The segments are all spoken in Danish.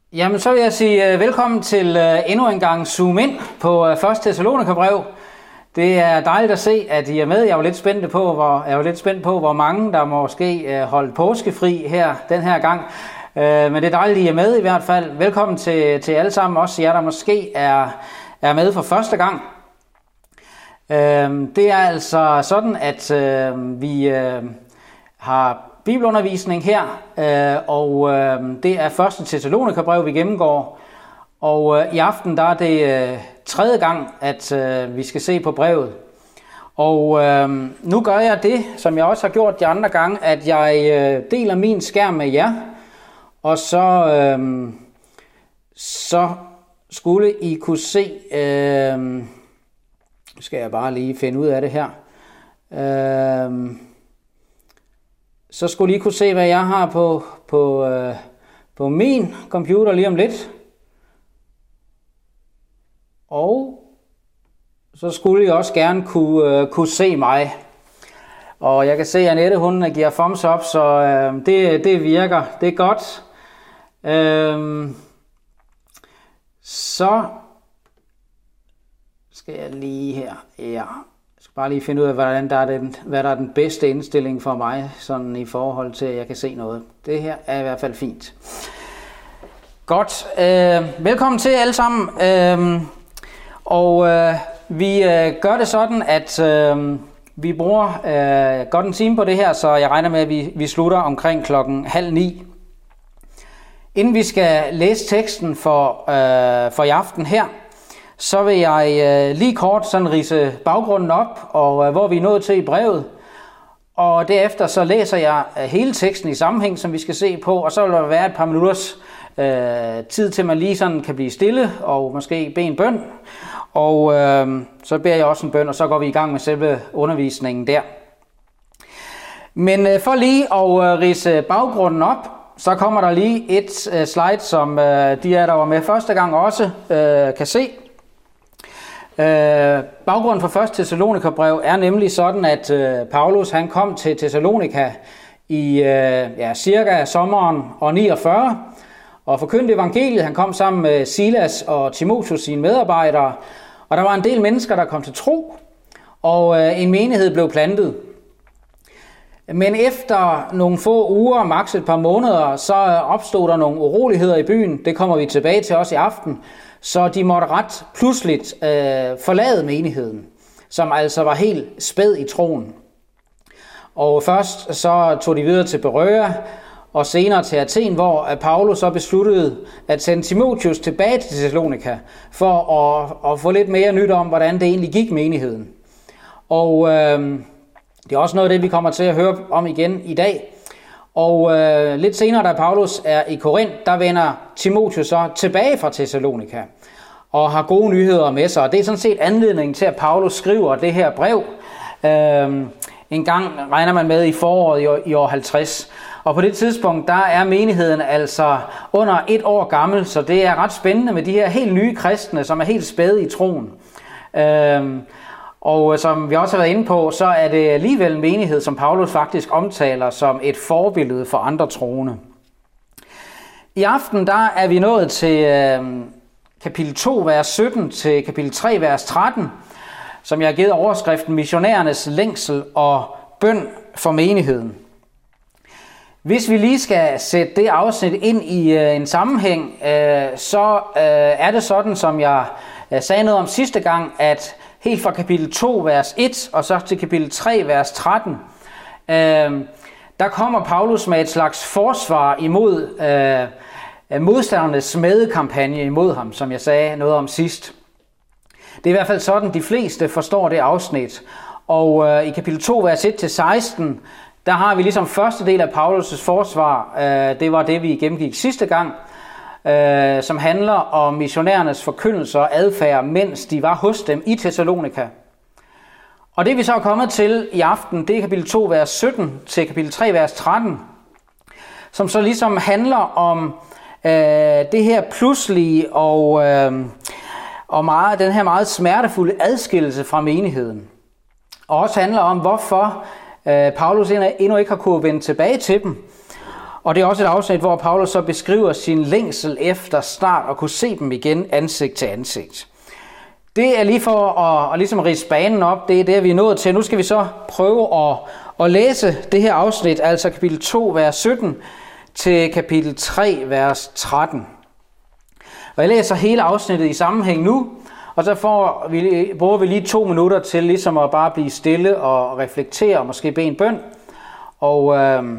Jamen, så vil jeg sige velkommen til endnu en gang Zoom ind på 1. Thessalonikerbrev. Det er dejligt at se, at I er med. Jeg er jo lidt spændt på, hvor mange der måske holdt påskefri her den her gang. Men det er dejligt, at I er med i hvert fald. Velkommen til alle sammen, også jer, der måske er med for første gang. Det er altså sådan, at vi har bibelundervisning her, og det er 1. Thessalonikerbrev, vi gennemgår. Og i aften der er det tredje gang, at vi skal se på brevet. Og nu gør jeg det, som jeg også har gjort de andre gange, at jeg deler min skærm med jer. Og så skulle I kunne se, skal jeg bare lige finde ud af det her. Så skulle I kunne se, hvad jeg har på min computer lige om lidt. Og så skulle I også gerne kunne se mig. Og jeg kan se, at Annette, hun giver thumbs up, så det virker. Det er godt. Så skal jeg lige her. Ja. Jeg skal bare lige finde ud af, hvad der er den bedste indstilling for mig, sådan i forhold til, at jeg kan se noget. Det her er i hvert fald fint. Godt. Velkommen til alle sammen. Vi gør det sådan, at vi bruger godt en time på det her, så jeg regner med, at vi slutter omkring 8:30. Inden vi skal læse teksten for i aften her, så vil jeg lige kort sådan ridse baggrunden op, og hvor vi er nået til i brevet. Og derefter så læser jeg hele teksten i sammenhæng, som vi skal se på, og så vil der være et par minutters tid til, man lige sådan kan blive stille, og måske bede en bøn. Og så beder jeg også en bøn, og så går vi i gang med selve undervisningen der. Men for lige at ridse baggrunden op, så kommer der lige et slide, som de der var med første gang også kan se. Baggrunden for 1. Thessalonikerbrev er nemlig sådan, at Paulus han kom til Thessalonika i cirka sommeren år 49 og forkyndte evangeliet. Han kom sammen med Silas og Timotheus, sine medarbejdere, og der var en del mennesker, der kom til tro, og en menighed blev plantet. Men efter nogle få uger, maks et par måneder, så opstod der nogle uroligheder i byen. Det kommer vi tilbage til også i aften. Så de måtte ret pludseligt forlade menigheden, som altså var helt spæd i troen. Og først så tog de videre til Berøa, og senere til Athen, hvor Paulus så besluttede at sende Timotheus tilbage til Thessalonika, for at få lidt mere nyt om, hvordan det egentlig gik menigheden. Og det er også noget af det, vi kommer til at høre om igen i dag. Og lidt senere, da Paulus er i Korinth, der vender Timotheus så tilbage fra Thessalonika og har gode nyheder med sig. Og det er sådan set anledningen til, at Paulus skriver det her brev. En gang regner man med i foråret i år 50. Og på det tidspunkt, der er menigheden altså under 1 år gammel, så det er ret spændende med de her helt nye kristne, som er helt spæde i troen. Og som vi også har været inde på, så er det alligevel en menighed, som Paulus faktisk omtaler som et forbillede for andre troende. I aften der er vi nået til kapitel 2, vers 17 til kapitel 3, vers 13, som jeg har givet overskriften Missionærernes længsel og bøn for menigheden. Hvis vi lige skal sætte det afsnit ind i en sammenhæng, så er det sådan, som jeg sagde noget om sidste gang, at helt fra kapitel 2, vers 1, og så til kapitel 3, vers 13, der kommer Paulus med et slags forsvar imod modstandernes smedekampagne imod ham, som jeg sagde noget om sidst. Det er i hvert fald sådan, de fleste forstår det afsnit. Og i kapitel 2, vers 1-16, der har vi ligesom første del af Paulus' forsvar. Det var det, vi gennemgik sidste gang, som handler om missionærernes forkyndelse og adfærd, mens de var hos dem i Thessalonika. Og det vi så er kommet til i aften, det er kapitel 2, vers 17 til kapitel 3, vers 13, som så ligesom handler om det her pludselige og den her meget smertefulde adskillelse fra menigheden. Og også handler om, hvorfor Paulus endnu ikke har kunnet vende tilbage til dem. Og det er også et afsnit, hvor Paulus så beskriver sin længsel efter snart at kunne se dem igen ansigt til ansigt. Det er lige for at ligesom ridse banen op, det er det, vi er nået til. Nu skal vi så prøve at læse det her afsnit, altså kapitel 2, vers 17 til kapitel 3, vers 13. Og jeg læser hele afsnittet i sammenhæng nu, og så bruger vi lige 2 minutter til ligesom at bare blive stille og reflektere og måske bede en bøn. Og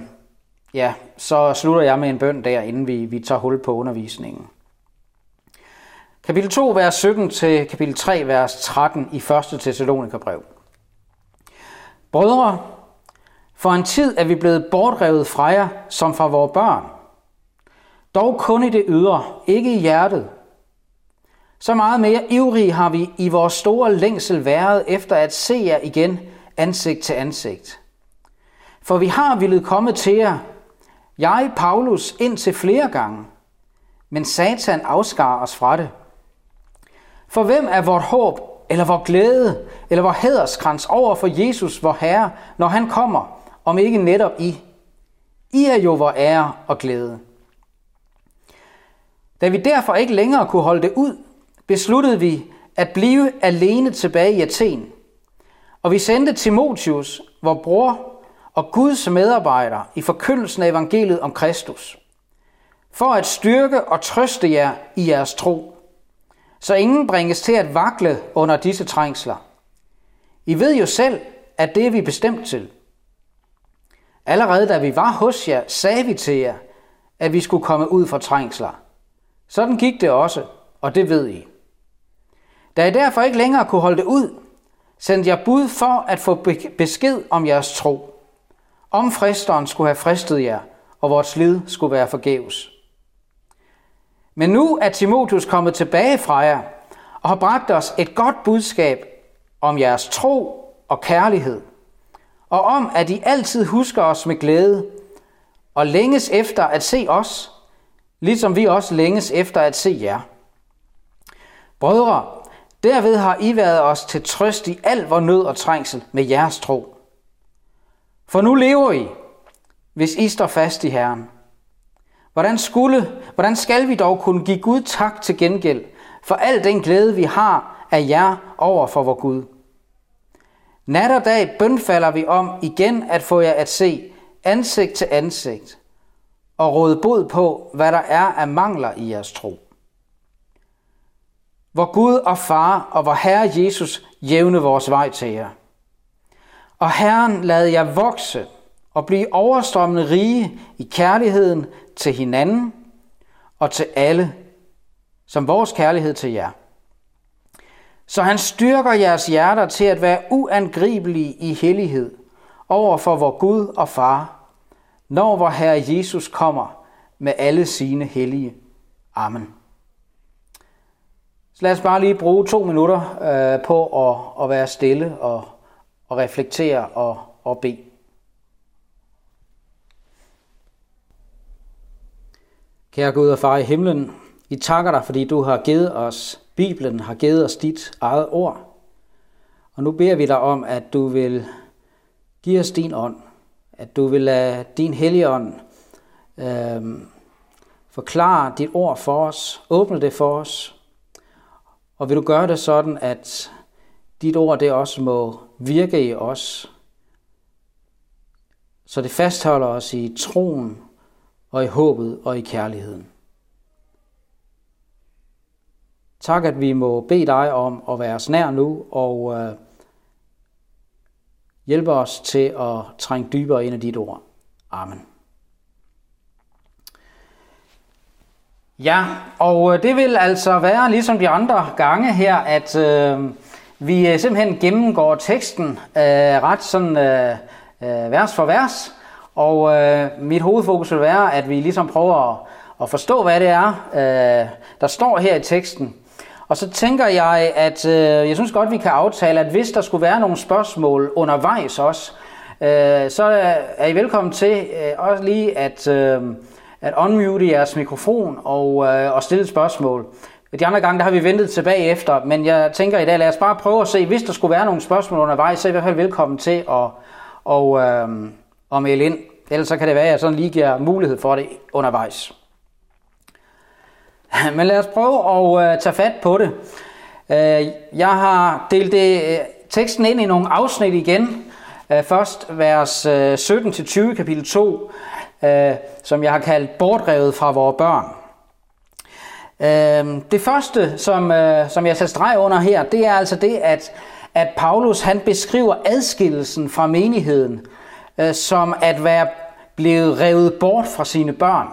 så slutter jeg med en bøn der, inden vi tager hul på undervisningen. Kapitel 2, vers 17 til kapitel 3, vers 13 i 1. Thessalonikerbrev. Brødre, for en tid er vi blevet bortrevet fra jer som fra vores børn. Dog kun i det ydre, ikke i hjertet. Så meget mere ivrige har vi i vores store længsel været efter at se jer igen ansigt til ansigt. For vi har villet komme til jer, jeg, Paulus, indtil flere gange, men Satan afskar os fra det. For hvem er vort håb, eller vor glæde, eller vor hæderskrans over for Jesus, vor Herre, når han kommer, om ikke netop I? I er jo vor ære og glæde. Da vi derfor ikke længere kunne holde det ud, besluttede vi at blive alene tilbage i Athen. Og vi sendte Timotheus, vor bror og Guds medarbejder i forkyndelsen af evangeliet om Kristus, for at styrke og trøste jer i jeres tro, så ingen bringes til at vakle under disse trængsler. I ved jo selv, at det er vi bestemt til. Allerede da vi var hos jer, sagde vi til jer, at vi skulle komme ud fra trængsler. Sådan gik det også, og det ved I. Da I derfor ikke længere kunne holde det ud, sendte jeg bud for at få besked om jeres tro. Om fristeren skulle have fristet jer, og vores slid skulle være forgæves. Men nu er Timotheus kommet tilbage fra jer, og har bragt os et godt budskab om jeres tro og kærlighed, og om, at I altid husker os med glæde, og længes efter at se os, ligesom vi også længes efter at se jer. Brødre, derved har I været os til trøst i al vor nød og trængsel med jeres tro. For nu lever I, hvis I står fast i Herren. Hvordan skal vi dog kunne give Gud tak til gengæld for al den glæde, vi har af jer over for vor Gud? Nat og dag bønfalder vi om igen at få jer at se ansigt til ansigt og råde bod på, hvad der er af mangler i jeres tro. Vor Gud og Far og vor Herre Jesus jævne vores vej til jer. Og Herren lad jer vokse og blive overstrømmende rige i kærligheden til hinanden og til alle, som vores kærlighed til jer. Så han styrker jeres hjerter til at være uangribelige i hellighed over for vor Gud og Far, når vor Herre Jesus kommer med alle sine hellige. Amen. Så lad os bare lige bruge 2 minutter på at være stille og reflektere og bede. Kære Gud og Far i himlen, vi takker dig, fordi du har givet os Bibelen, har givet os dit eget ord. Og nu beder vi dig om, at du vil give os din ånd, at du vil lade din hellige ånd forklare dit ord for os, åbne det for os. Og vil du gøre det sådan, at dit ord det også må virke i os, så det fastholder os i troen og i håbet og i kærligheden. Tak, at vi må bede dig om at være os nær nu og hjælpe os til at trænge dybere ind i dit ord. Amen. Ja, og det vil altså være ligesom de andre gange her, at vi simpelthen gennemgår teksten ret sådan vers for vers. Og mit hovedfokus vil være, at vi ligesom prøver at forstå, hvad det er, der står her i teksten. Og så tænker jeg, at jeg synes godt, vi kan aftale, at hvis der skulle være nogle spørgsmål undervejs også, så er I velkommen til også lige at unmute jeres mikrofon og stille et spørgsmål. De andre gange, der har vi ventet tilbage efter, men jeg tænker i dag, lad os bare prøve at se, hvis der skulle være nogle spørgsmål undervejs, så er I hvert fald velkommen til at melde ind. Ellers så kan det være, at jeg sådan lige giver mulighed for det undervejs. Men lad os prøve at tage fat på det. Jeg har delt teksten ind i nogle afsnit igen. Først vers 17-20 kapitel 2, som jeg har kaldt bortrevet fra vores børn. Det første, som jeg tager streg under her, det er altså det, at Paulus han beskriver adskillelsen fra menigheden som at være blevet revet bort fra sine børn.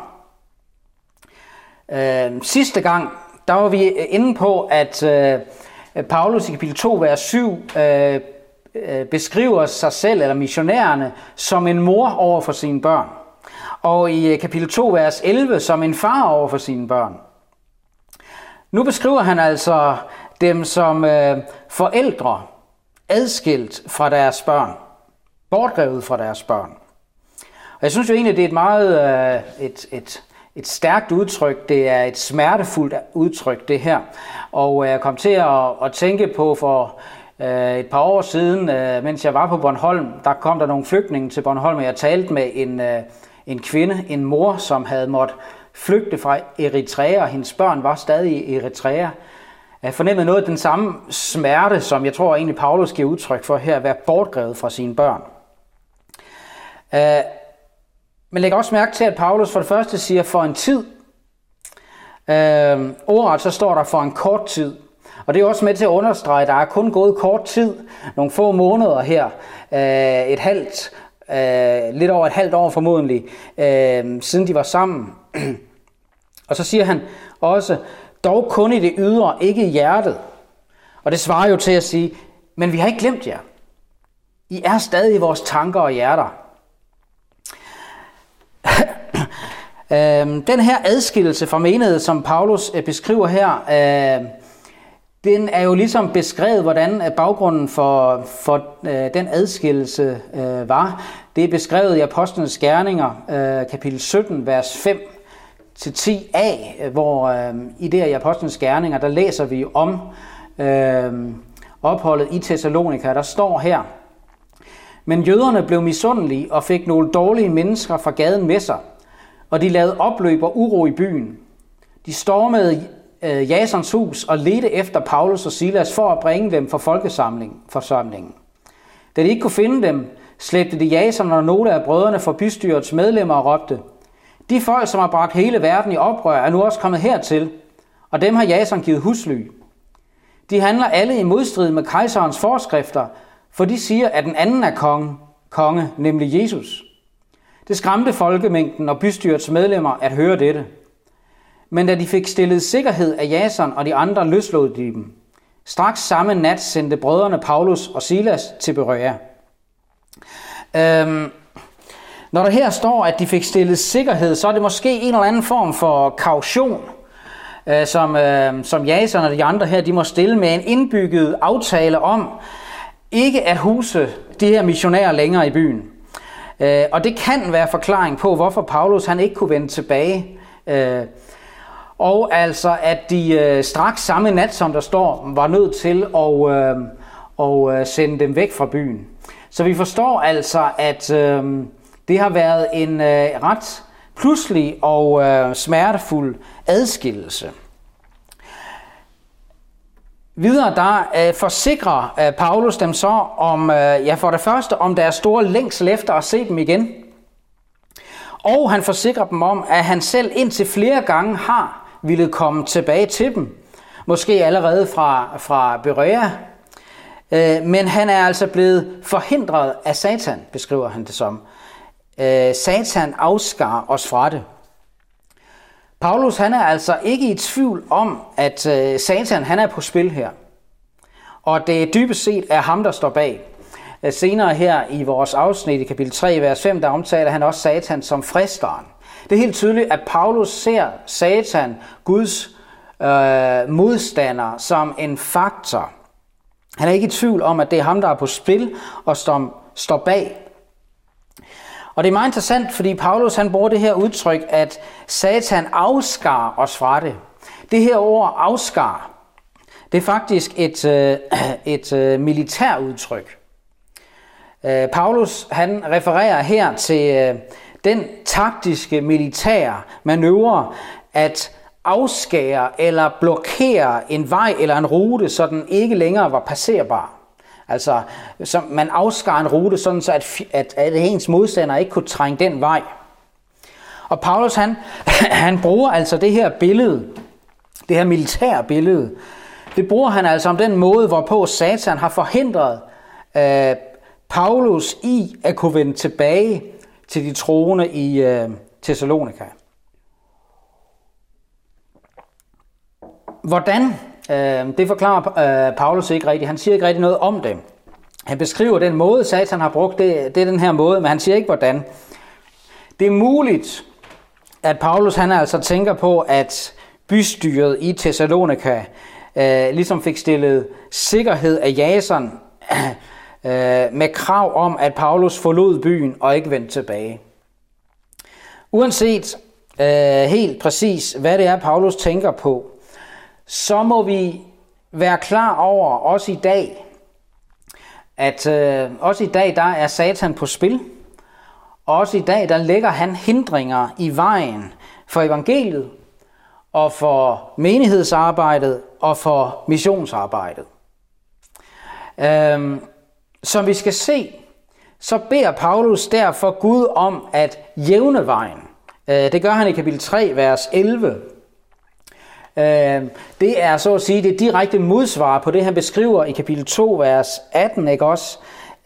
Sidste gang, der var vi inde på, at Paulus i kapitel 2, vers 7 beskriver sig selv, eller missionærerne, som en mor over for sine børn. Og i kapitel 2, vers 11, som en far over for sine børn. Nu beskriver han altså dem som forældre, adskilt fra deres børn, bortrevet fra deres børn. Og jeg synes jo egentlig, det er et meget et stærkt udtryk, det er et smertefuldt udtryk, det her. Og jeg kom til at tænke på for et par år siden, mens jeg var på Bornholm, der kom der nogle flygtninge til Bornholm, og jeg talte med en kvinde, en mor, som havde måttet flygte fra Eritrea, og hendes børn var stadig i Eritrea. Jeg fornemmede noget af den samme smerte, som jeg tror egentlig Paulus giver udtryk for her, at være bortrevet fra sine børn. Men læg også mærke til, at Paulus for det første siger for en tid. Ordret så står der for en kort tid. Og det er også med til at understrege, at der er kun gået kort tid, nogle få måneder her, lidt over et halvt år formodentlig, siden de var sammen. Og så siger han også, dog kun i det ydre, ikke i hjertet. Og det svarer jo til at sige, men vi har ikke glemt jer. I er stadig i vores tanker og hjerter. Den her adskillelse fra menighed, som Paulus beskriver her, den er jo ligesom beskrevet, hvordan baggrunden for den adskillelse var. Det er beskrevet i Apostlenes Gerninger, kapitel 17, vers 5-10a, hvor i det i Apostlenes Gerninger, der læser vi om opholdet i Thessalonika. Der står her, men jøderne blev misundelige og fik nogle dårlige mennesker fra gaden med sig, og de lavede opløb og uro i byen. De stormede Jasons hus og ledte efter Paulus og Silas for at bringe dem for forsamlingen. Da de ikke kunne finde dem, slæbte de Jason og nogle af brødrene for bystyrets medlemmer og råbte, de folk, som har bragt hele verden i oprør, er nu også kommet hertil, og dem har Jason givet husly. De handler alle i modstrid med kejserens forskrifter, for de siger, at den anden er konge, nemlig Jesus. Det skræmte folkemængden og bystyrets medlemmer at høre dette. Men da de fik stillet sikkerhed af Jason og de andre, løslod de dem. Straks samme nat sendte brødrene Paulus og Silas til Berea. Når der her står, at de fik stillet sikkerhed, så er det måske en eller anden form for kaution, som Jason og de andre her, de må stille med en indbygget aftale om, ikke at huse de her missionærer længere i byen. Og det kan være forklaring på, hvorfor Paulus han ikke kunne vende tilbage. Og altså, at de straks samme nat, som der står, var nødt til at sende dem væk fra byen. Så vi forstår altså, at det har været en ret pludselig og smertefuld adskillelse. Videre der forsikrer Paulus dem så om, for det første om deres store længsel efter at se dem igen. Og han forsikrer dem om, at han selv indtil flere gange har ville komme tilbage til dem. Måske allerede fra Berea. Men han er altså blevet forhindret af Satan, beskriver han det som. Satan afskar os fra det. Paulus han er altså ikke i tvivl om, at Satan han er på spil her. Og det dybest set er ham, der står bag. Senere her i vores afsnit i kapitel 3, vers 5, der omtaler han også Satan som fristeren. Det er helt tydeligt, at Paulus ser Satan, Guds modstander, som en faktor. Han er ikke i tvivl om, at det er ham, der er på spil og står bag. Og det er meget interessant, fordi Paulus han bruger det her udtryk, at Satan afskar os fra det. Det her ord afskar, det er faktisk et militærudtryk. Paulus han refererer her den taktiske militære manøvre at afskære eller blokere en vej eller en rute, så den ikke længere var passerbar. Altså, så man afskar en rute, sådan så at ens modstander ikke kunne trænge den vej. Og Paulus, han bruger altså det her billede, det her militære billede, det bruger han altså om den måde, hvorpå Satan har forhindret Paulus i at kunne vende tilbage til de troende i Thessalonika. Hvordan? Det forklarer Paulus ikke rigtigt. Han siger ikke rigtig noget om det. Han beskriver den måde, Satan har brugt. Det er den her måde, men han siger ikke hvordan. Det er muligt, at Paulus han altså tænker på, at bystyret i Thessalonika ligesom fik stillet sikkerhed af Jason med krav om, at Paulus forlod byen og ikke vendte tilbage. Uanset helt præcis, hvad det er, Paulus tænker på, så må vi være klar over, også i dag, at også i dag, der er Satan på spil. Også i dag, der lægger han hindringer i vejen for evangeliet, og for menighedsarbejdet, og for missionsarbejdet. Som vi skal se, så beder Paulus derfor Gud om at jævne vejen. Det gør han i kapitel 3, vers 11. Det er så at sige det direkte modsvar på det, han beskriver i kapitel 2, vers 18, ikke også?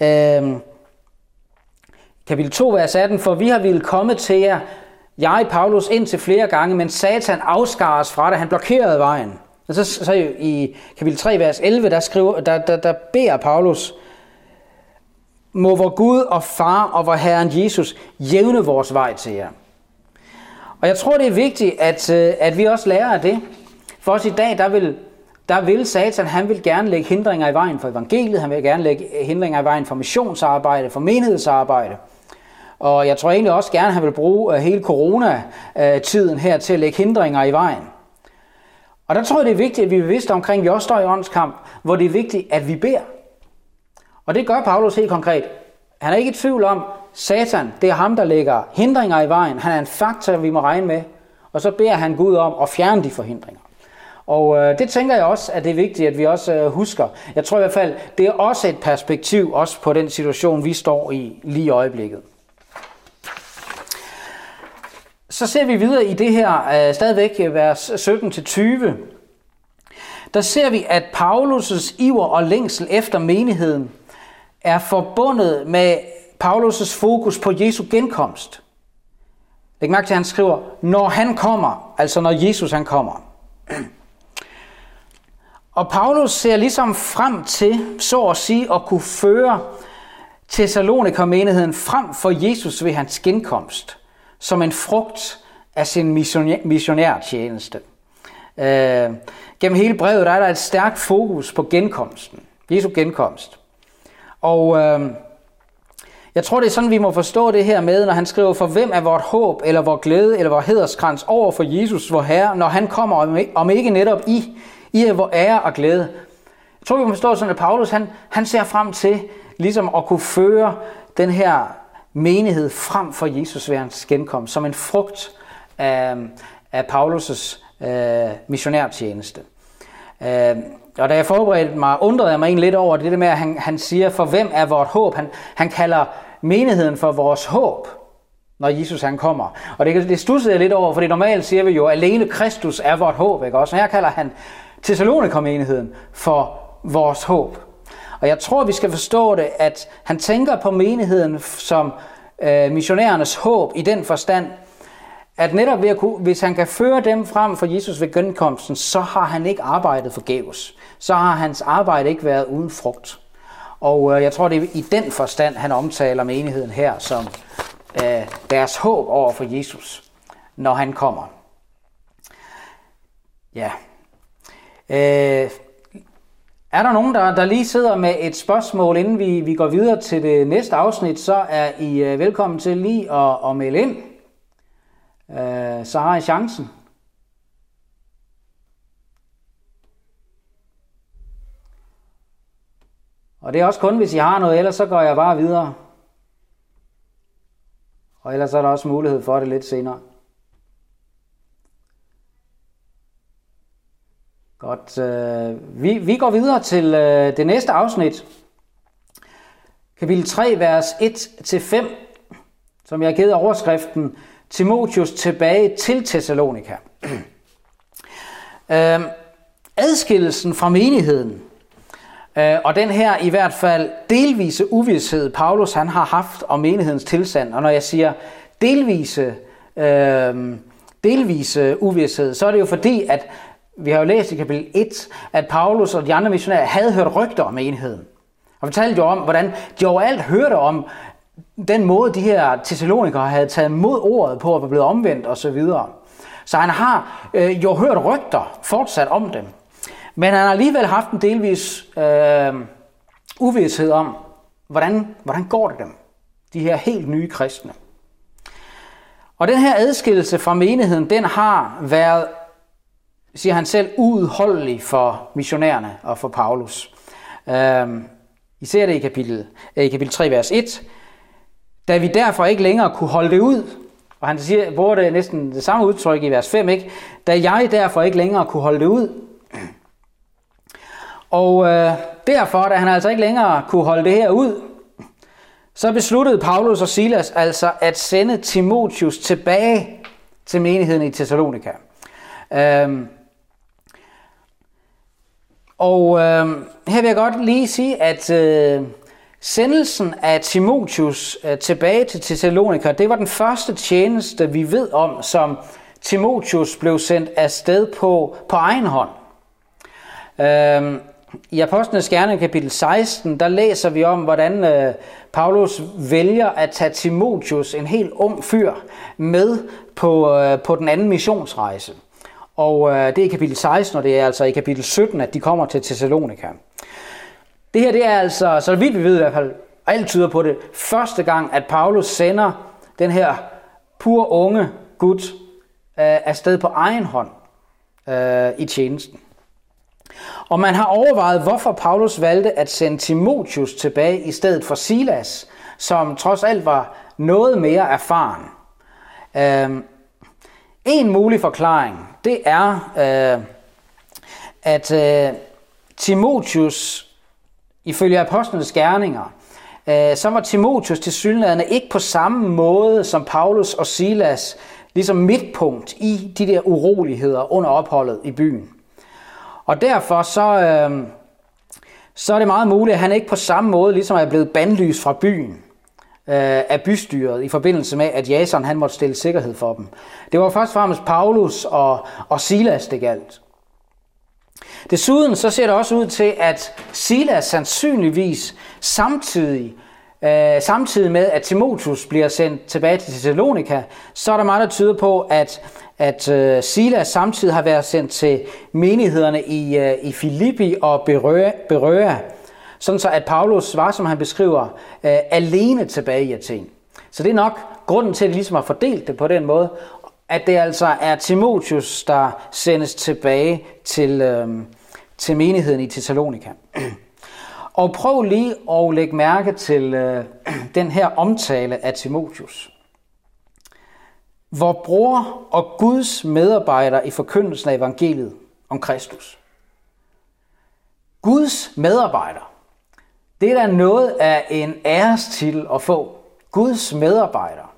Kapitel 2, vers 18, for vi har ville komme til jer, jeg, Paulus, indtil flere gange, men Satan afskar os fra det, han blokerede vejen. Og så i kapitel 3, vers 11, der beder Paulus, må vor Gud og Far og vor Herren Jesus jævne vores vej til jer. Og jeg tror, det er vigtigt, at vi også lærer af det. For os i dag, der vil Satan, han vil gerne lægge hindringer i vejen for evangeliet, han vil gerne lægge hindringer i vejen for missionsarbejde, for menighedsarbejde. Og jeg tror egentlig også gerne, at han vil bruge hele coronatiden her til at lægge hindringer i vejen. Og der tror jeg, det er vigtigt, at vi er bevidste omkring, at vi også står i åndskamp, hvor det er vigtigt, at vi beder. Og det gør Paulus helt konkret. Han er ikke i tvivl om, Satan, det er ham, der lægger hindringer i vejen. Han er en faktor, vi må regne med. Og så beder han Gud om at fjerne de forhindringer. Og det tænker jeg også, at det er vigtigt, at vi også husker. Jeg tror i hvert fald, det er også et perspektiv også på den situation, vi står i lige i øjeblikket. Så ser vi videre i det her, stadigvæk vers 17-20. Der ser vi, at Paulus' iver og længsel efter menigheden er forbundet med Paulus' fokus på Jesu genkomst. Læg mærke til, at han skriver, når han kommer, altså når Jesus han kommer. Og Paulus ser ligesom frem til, så at sige, at kunne føre Thessalonika-menigheden frem for Jesus ved hans genkomst, som en frugt af sin missionærtjeneste. Gennem hele brevet der er der et stærkt fokus på genkomsten, Jesu genkomst. Og jeg tror, det er sådan, vi må forstå det her med, når han skriver, for hvem er vort håb, eller vor glæde, eller vor hæderskrans over for Jesus, vor Herre, når han kommer, om ikke netop I er vor ære og glæde. Jeg tror, vi må forstå sådan, at Paulus, han ser frem til ligesom at kunne føre den her menighed frem for Jesus ved hans genkomst, som en frugt af Paulus' missionærtjeneste. Og da jeg forberedte mig, undrede jeg mig egentlig lidt over det med, at han siger, for hvem er vort håb? Han kalder menigheden for vores håb, når Jesus han kommer. Og det studsede jeg lidt over, for normalt siger vi jo, alene Kristus er vort håb, ikke også? Og her kalder han Thessalonika-menigheden for vores håb. Og jeg tror, vi skal forstå det, at han tænker på menigheden som missionærernes håb i den forstand, at netop ved at hvis han kan føre dem frem for Jesus ved genkomsten, så har han ikke arbejdet forgæves. Så har hans arbejde ikke været uden frugt. Og jeg tror, det er i den forstand, han omtaler menigheden her som deres håb over for Jesus, når han kommer. Ja. Er der nogen, der lige sidder med et spørgsmål, inden vi går videre til det næste afsnit, så er I velkommen til lige at melde ind. Så har I chancen. Og det er også kun, hvis I har noget, ellers så går jeg bare videre. Og ellers er der også mulighed for det lidt senere. Godt. Vi går videre til det næste afsnit. Kapitel 3, vers 1-5, som jeg har givet overskriften Timotheus tilbage til Thessalonika. Adskillelsen fra menigheden, og den her i hvert fald delvise uvished, Paulus han har haft om menighedens tilstand. Og når jeg siger delvise uvished, så er det jo fordi, at vi har jo læst i kapitel 1, at Paulus og de andre missionærer havde hørt rygter om menigheden. Og fortalte jo om, hvordan de overalt hørte om den måde, de her thessalonikere havde taget imod ordet på og var blevet omvendt osv. Så han har jo hørt rygter fortsat om dem. Men han har alligevel haft en delvis uvished om, hvordan går det dem, de her helt nye kristne. Og den her adskillelse fra menigheden, den har været, siger han selv, uudholdelig for missionærerne og for Paulus. I ser det i kapitel 3, vers 1. Da vi derfor ikke længere kunne holde det ud, og han bruger det næsten det samme udtryk i vers 5, ikke? Da jeg derfor ikke længere kunne holde det ud. Og derfor, da han altså ikke længere kunne holde det her ud, så besluttede Paulus og Silas altså at sende Timotheus tilbage til menigheden i Thessalonika. Her vil jeg godt lige sige, at sendelsen af Timotheus tilbage til Thessalonika, det var den første tjeneste, vi ved om, som Timotheus blev sendt afsted på egen hånd. I Apostlenes Gerninger kapitel 16, der læser vi om, hvordan Paulus vælger at tage Timotheus, en helt ung fyr, med på den anden missionsrejse. Og det er i kapitel 16, og det er altså i kapitel 17, at de kommer til Thessalonika. Det her, det er altså, så vidt vi ved i hvert fald, alt tyder på det, første gang, at Paulus sender den her pur unge gut afsted på egen hånd i tjenesten. Og man har overvejet, hvorfor Paulus valgte at sende Timotheus tilbage i stedet for Silas, som trods alt var noget mere erfaren. En mulig forklaring, det er, at Timotheus, ifølge Apostlenes Gerninger, så var Timotheus tilsyneladende ikke på samme måde som Paulus og Silas, ligesom midtpunkt i de der uroligheder under opholdet i byen. Og derfor så er det meget muligt, at han ikke på samme måde ligesom er blevet bandlyst fra byen af bystyret i forbindelse med, at Jason han måtte stille sikkerhed for dem. Det var først og fremmest Paulus og Silas, det galt. Desuden så ser det også ud til, at Silas sandsynligvis samtidig med, at Timotheus bliver sendt tilbage til Thessalonika, så er der meget, der tyder på, at Silas samtidig har været sendt til menighederne i Filippi og Berøa, sådan så at Paulus var, som han beskriver, alene tilbage i Athen. Så det er nok grunden til, at de ligesom har fordelt det på den måde, at det altså er Timotheus, der sendes tilbage til menigheden i Thessalonika. Og prøv lige at lægge mærke til den her omtale af Timotheus. Vor bror og Guds medarbejder i forkyndelsen af evangeliet om Kristus. Guds medarbejder. Det er da noget af en ærestitel at få. Guds medarbejder.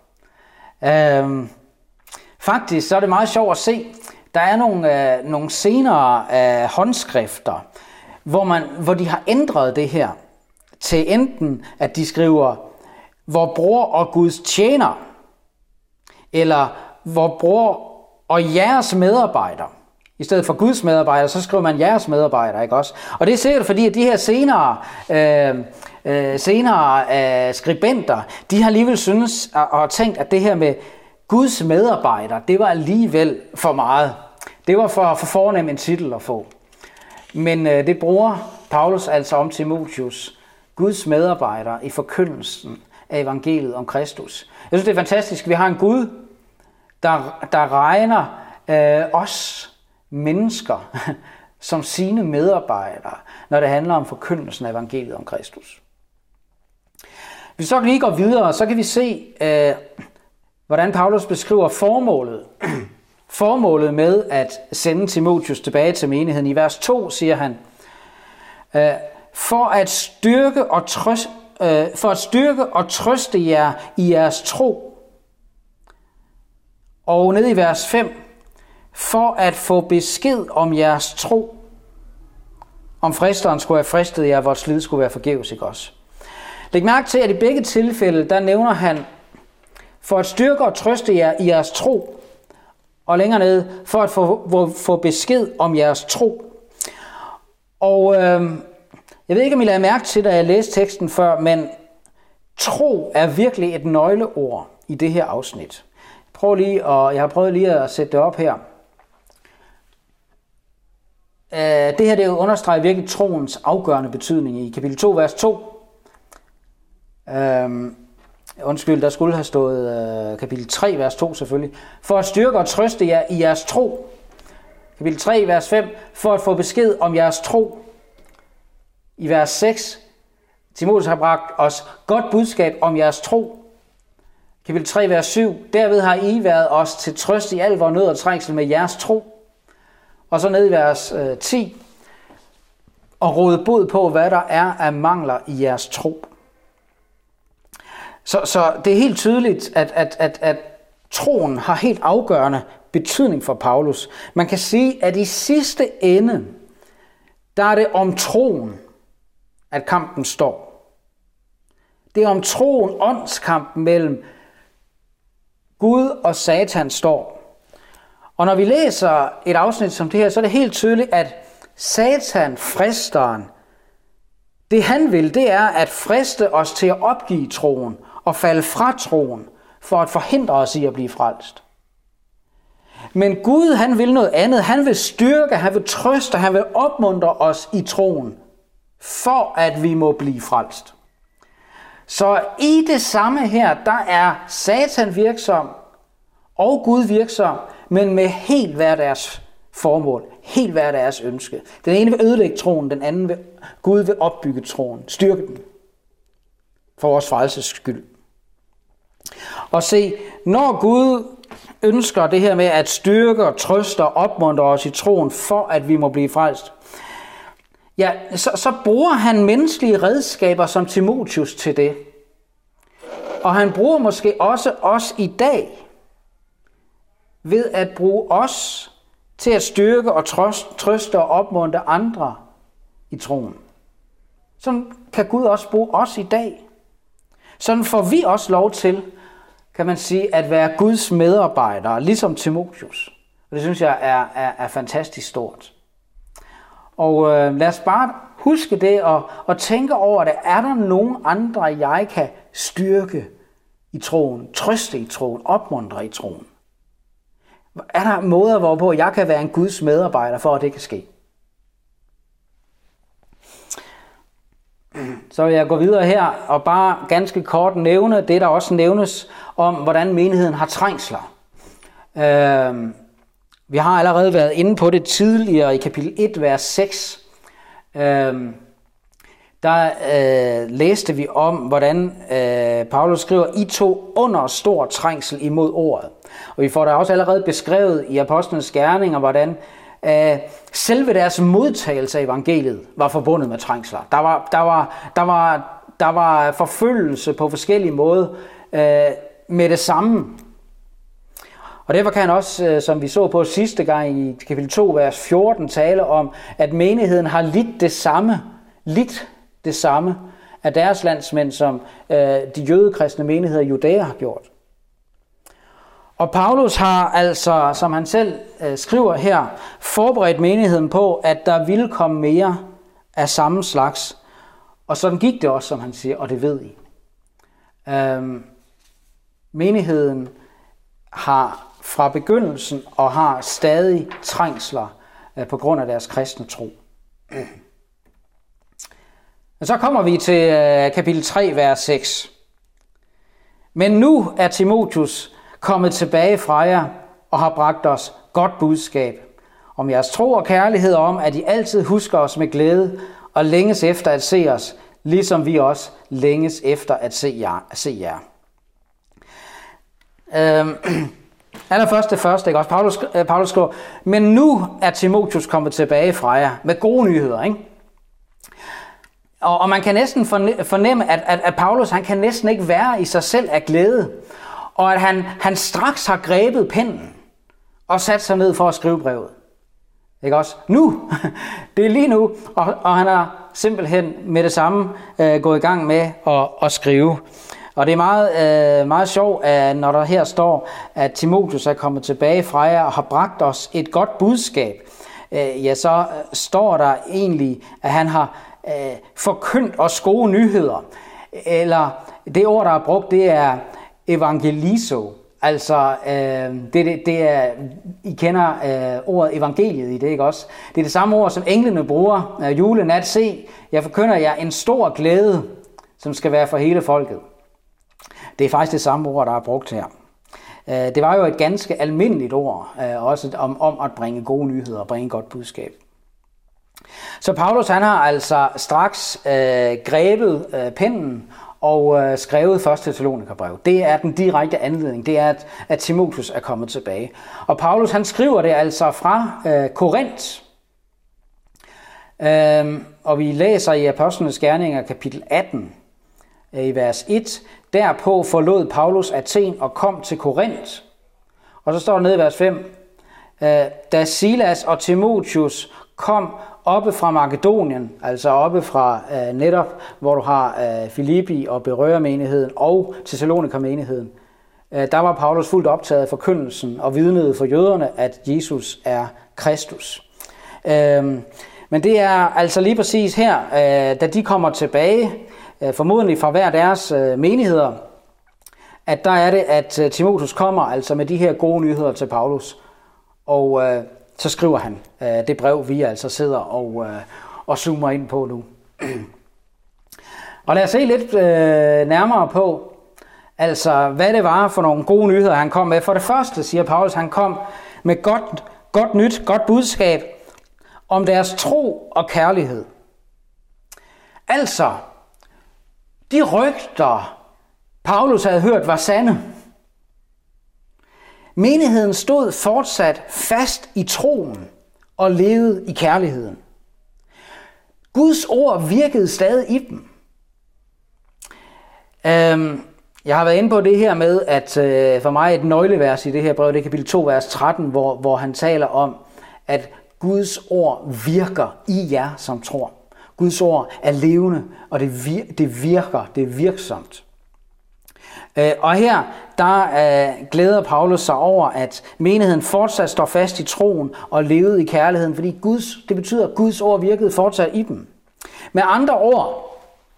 Faktisk så er det meget sjovt at se. Der er nogle senere håndskrifter, hvor de har ændret det her til enten, at de skriver, vor bror og Guds tjener, eller vor bror og jeres medarbejder. I stedet for Guds medarbejder, så skriver man jeres medarbejder, ikke også? Og det er sikkert fordi, at de her senere skribenter, de har alligevel synes og tænkt, at det her med Guds medarbejder, det var alligevel for meget. Det var for fornem en titel at få. Men det bruger Paulus altså om Timotheus, Guds medarbejder i forkyndelsen af evangeliet om Kristus. Jeg synes, det er fantastisk. Vi har en Gud, der regner os mennesker som sine medarbejdere, når det handler om forkyndelsen af evangeliet om Kristus. Hvis vi så lige går videre, så kan vi se hvordan Paulus beskriver formålet med at sende Timotheus tilbage til menigheden. I vers 2 siger han, for at styrke og trøste jer i jeres tro. Og nede i vers 5, for at få besked om jeres tro. Om fristeren skulle have fristet jer, hvor slid skulle være forgæves, ikke også? Læg mærke til, at i begge tilfælde, der nævner han, for at styrke og trøste jer i jeres tro. Og længere nede, for at få besked om jeres tro. Og jeg ved ikke, om I lagde mærke til, da jeg læste teksten før, men tro er virkelig et nøgleord i det her afsnit. Jeg har prøvet lige at sætte det op her. Det her, det understreger virkelig troens afgørende betydning i kapitel 2, vers 2. Der skulle have stået kapitel 3, vers 2 selvfølgelig. For at styrke og trøste jer i jeres tro. Kapitel 3, vers 5. For at få besked om jeres tro. I vers 6. Timotheus har bragt os godt budskab om jeres tro. Kapitel 3, vers 7. Derved har I været os til trøst i al vor nød og trængsel med jeres tro. Og så ned i vers 10. Og råde bod på, hvad der er af mangler i jeres tro. Så det er helt tydeligt, at troen har helt afgørende betydning for Paulus. Man kan sige, at i sidste ende, der er det om troen, at kampen står. Det er om troen, åndskampen mellem Gud og Satan står. Og når vi læser et afsnit som det her, så er det helt tydeligt, at Satan, fristeren, det han vil, det er at friste os til at opgive troen og falde fra troen, for at forhindre os i at blive frelst. Men Gud, han vil noget andet. Han vil styrke, han vil trøste, han vil opmuntre os i troen, for at vi må blive frelst. Så i det samme her, der er Satan virksom og Gud virksom, men med helt hver deres formål, helt hver deres ønske. Den ene vil ødelægge troen, den anden vil Gud vil opbygge troen, styrke den for vores frelses skyld. Og se, når Gud ønsker det her med at styrke og trøste og opmuntre os i troen, for at vi må blive frelst, ja, så bruger han menneskelige redskaber som Timotheus til det. Og han bruger måske også os i dag ved at bruge os til at styrke og trøste og opmuntre andre i troen. Sådan kan Gud også bruge os i dag. Sådan får vi også lov til, kan man sige, at være Guds medarbejdere, ligesom Timotheus. Og det synes jeg er fantastisk stort. Og lad os bare huske det og tænke over det. Er der nogen andre, jeg kan styrke i troen, trøste i troen, opmuntre i troen? Er der måder, hvorpå jeg kan være en Guds medarbejder, for at det kan ske? Så vil jeg gå videre her og bare ganske kort nævne det, der også nævnes om, hvordan menigheden har trængsler. Vi har allerede været inde på det tidligere i kapitel 1, vers 6. Der læste vi om, hvordan Paulus skriver, I tog under stor trængsel imod ordet. Og vi får der også allerede beskrevet i apostlenes gerninger, hvordan selve deres modtagelse af evangeliet var forbundet med trængsler. Der var forfølgelse på forskellige måder med det samme. Og derfor kan han også, som vi så på sidste gang i kapitel 2, vers 14, tale om, at menigheden har lidt det samme af deres landsmænd, som de jødekristne menigheder i Judæa har gjort. Og Paulus har altså, som han selv skriver her, forberedt menigheden på, at der ville komme mere af samme slags. Og sådan gik det også, som han siger, og det ved I. Menigheden har fra begyndelsen og har stadig trængsler på grund af deres kristne tro. Og så kommer vi til kapitel 3, vers 6. Men nu er Timotheus kommet tilbage fra jer og har bragt os godt budskab om jeres tro og kærlighed, om at I altid husker os med glæde og længes efter at se os, ligesom vi også længes efter at se jer. Allerførst det første, ikke også? Paulus skriver, men nu er Timotheus kommet tilbage fra jer med gode nyheder, ikke? Og man kan næsten fornemme, at Paulus, han kan næsten ikke være i sig selv af glæde, og at han straks har grebet pennen og sat sig ned for at skrive brevet. Ikke også? Nu! Det er lige nu, og han har simpelthen med det samme gået i gang med at skrive. Og det er meget sjovt, at når der her står, at Timotheus er kommet tilbage fra jer og har bragt os et godt budskab, så står der egentlig, at han har forkyndt os gode nyheder. Eller det ord, der er brugt, det er evangelizo. Altså, det er, I kender ordet evangeliet i det, ikke også? Det er det samme ord, som englene bruger julenat. Se, jeg forkynder jer en stor glæde, som skal være for hele folket. Det er faktisk det samme ord, der er brugt her. Det var jo et ganske almindeligt ord, også om at bringe gode nyheder og bringe godt budskab. Så Paulus, han har altså straks grebet pennen og skrevet 1. Thessalonikerbrev. Det er den direkte anledning, det er, at Timotheus er kommet tilbage. Og Paulus, han skriver det altså fra Korinth. Og vi læser i Apostlenes Gerninger kapitel 18, i vers 1. Derpå forlod Paulus Athen og kom til Korinth. Og så står der nede i vers 5. Da Silas og Timotheus kom oppe fra Makedonien, altså oppe fra netop, hvor du har Filippi og Berøa-menigheden og Thessalonika-menigheden, der var Paulus fuldt optaget af forkyndelsen og vidnede for jøderne, at Jesus er Kristus. Men det er altså lige præcis her, da de kommer tilbage, formodentlig fra hver deres menigheder, at der er det, at Timotheus kommer altså med de her gode nyheder til Paulus, og så skriver han det brev, vi altså sidder og zoomer ind på nu. Og lad os se lidt nærmere på, altså hvad det var for nogle gode nyheder, han kom med. For det første, siger Paulus, han kom med godt nyt, godt budskab om deres tro og kærlighed. Altså, de rygter, Paulus havde hørt, var sande. Menigheden stod fortsat fast i troen og levede i kærligheden. Guds ord virkede stadig i dem. Jeg har været inde på det her med, at for mig et nøglevers i det her brev, det er kapitel 2, vers 13, hvor han taler om, at Guds ord virker i jer, som tror. Guds ord er levende, og det virker, det er virksomt. Og her, der glæder Paulus sig over, at menigheden fortsat står fast i troen og levede i kærligheden, fordi det betyder, at Guds ord virkede fortsat i dem. Med andre ord,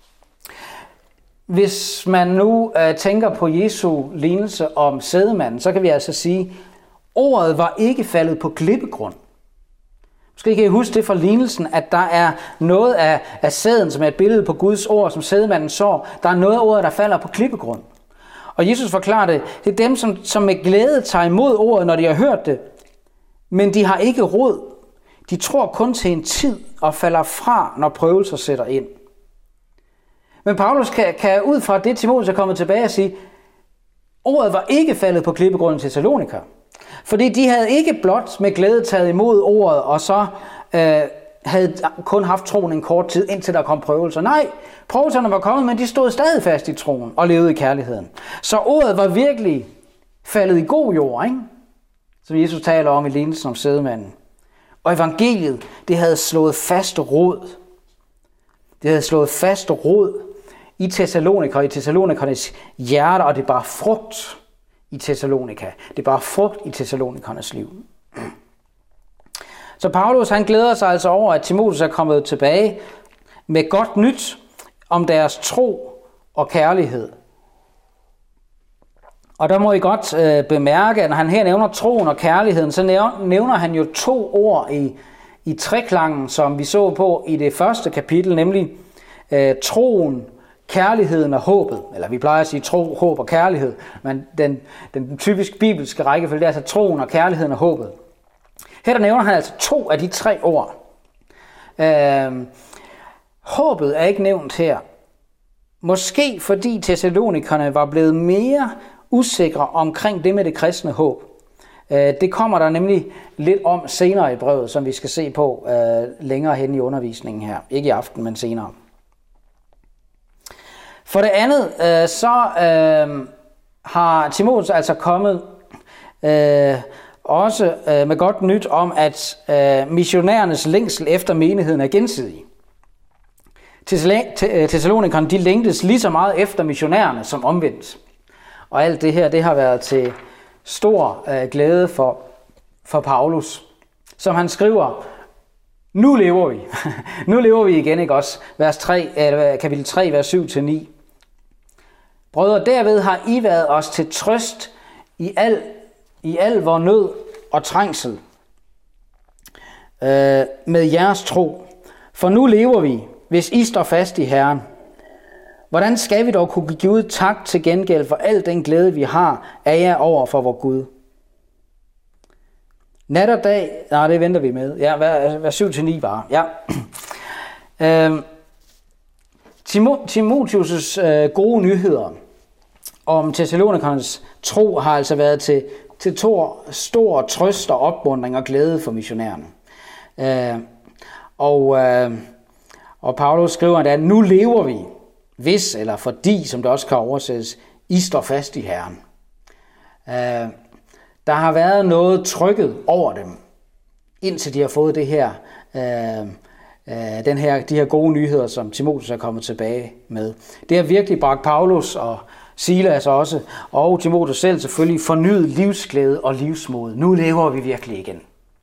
hvis man nu tænker på Jesu lignelse om sædemanden, så kan vi altså sige, at ordet var ikke faldet på klippegrund. Måske kan I huske det fra lignelsen, at der er noget af sæden, som er et billede på Guds ord, som sædemanden så. Der er noget af ordet, der falder på klippegrund. Og Jesus forklarer det, det er dem, som med glæde tager imod ordet, når de har hørt det, men de har ikke råd. De tror kun til en tid og falder fra, når prøvelser sætter ind. Men Paulus kan ud fra det, Timotheus er kommet tilbage og sige, ordet var ikke faldet på klippegrunden til Thessalonika. Fordi de havde ikke blot med glæde taget imod ordet, og så havde kun haft troen en kort tid, indtil der kom prøvelser. Nej, prøvelserne var kommet, men de stod stadig fast i troen og levede i kærligheden. Så ordet var virkelig faldet i god jord, ikke? Som Jesus taler om i lignelsen om sædemanden. Og evangeliet, det havde slået fast rod. Det havde slået fast rod i Thessalonika og i Thessalonikernes hjerte, og det bar frugt i Thessalonika. Det bar frugt i Thessalonikernes liv. Så Paulus, han glæder sig altså over, at Timotheus er kommet tilbage med godt nyt om deres tro og kærlighed. Og der må I godt bemærke, at når han her nævner troen og kærligheden, så nævner han jo 2 ord i treklangen, som vi så på i det første kapitel, nemlig troen, kærligheden og håbet. Eller vi plejer at sige tro, håb og kærlighed, men den typisk bibelske rækkefølge, det er altså troen og kærligheden og håbet. Her der nævner han altså 2 af de 3 ord. Håbet er ikke nævnt her. Måske fordi Thessalonikerne var blevet mere usikre omkring det med det kristne håb. Det kommer der nemlig lidt om senere i brevet, som vi skal se på længere hen i undervisningen her. Ikke i aften, men senere. For det andet, så har Timotheus altså kommet også med godt nyt om, at missionærernes længsel efter menigheden er gensidig. Thessalonikerne, de længtes lige så meget efter missionærerne som omvendt. Og alt det her, det har været til stor glæde for Paulus, som han skriver, nu lever vi. Nu lever vi igen, ikke også? Kapitel 3, vers 7-9. Brødre, derved har I været os til trøst i al vor nød og trængsel med jeres tro. For nu lever vi, hvis I står fast i Herren. Hvordan skal vi dog kunne give Gud tak til gengæld for al den glæde, vi har af jer over for vor Gud? Nat og dag, nej, det venter vi med. Ja, vers 7-9 bare. Ja. Timotheus' gode nyheder om Thessalonikernes tro har altså været til stor trøst og opmuntring og glæde for missionærerne. Og Paulus skriver, at nu lever vi, hvis eller fordi, som det også kan oversættes, I står fast i Herren. Der har været noget trykket over dem, indtil de har fået det her, de her gode nyheder, som Timotheus er kommet tilbage med. Det har virkelig bragt Paulus og Silas også, og Timotheus selv selvfølgelig, fornyet livsglæde og livsmod. Nu lever vi virkelig igen.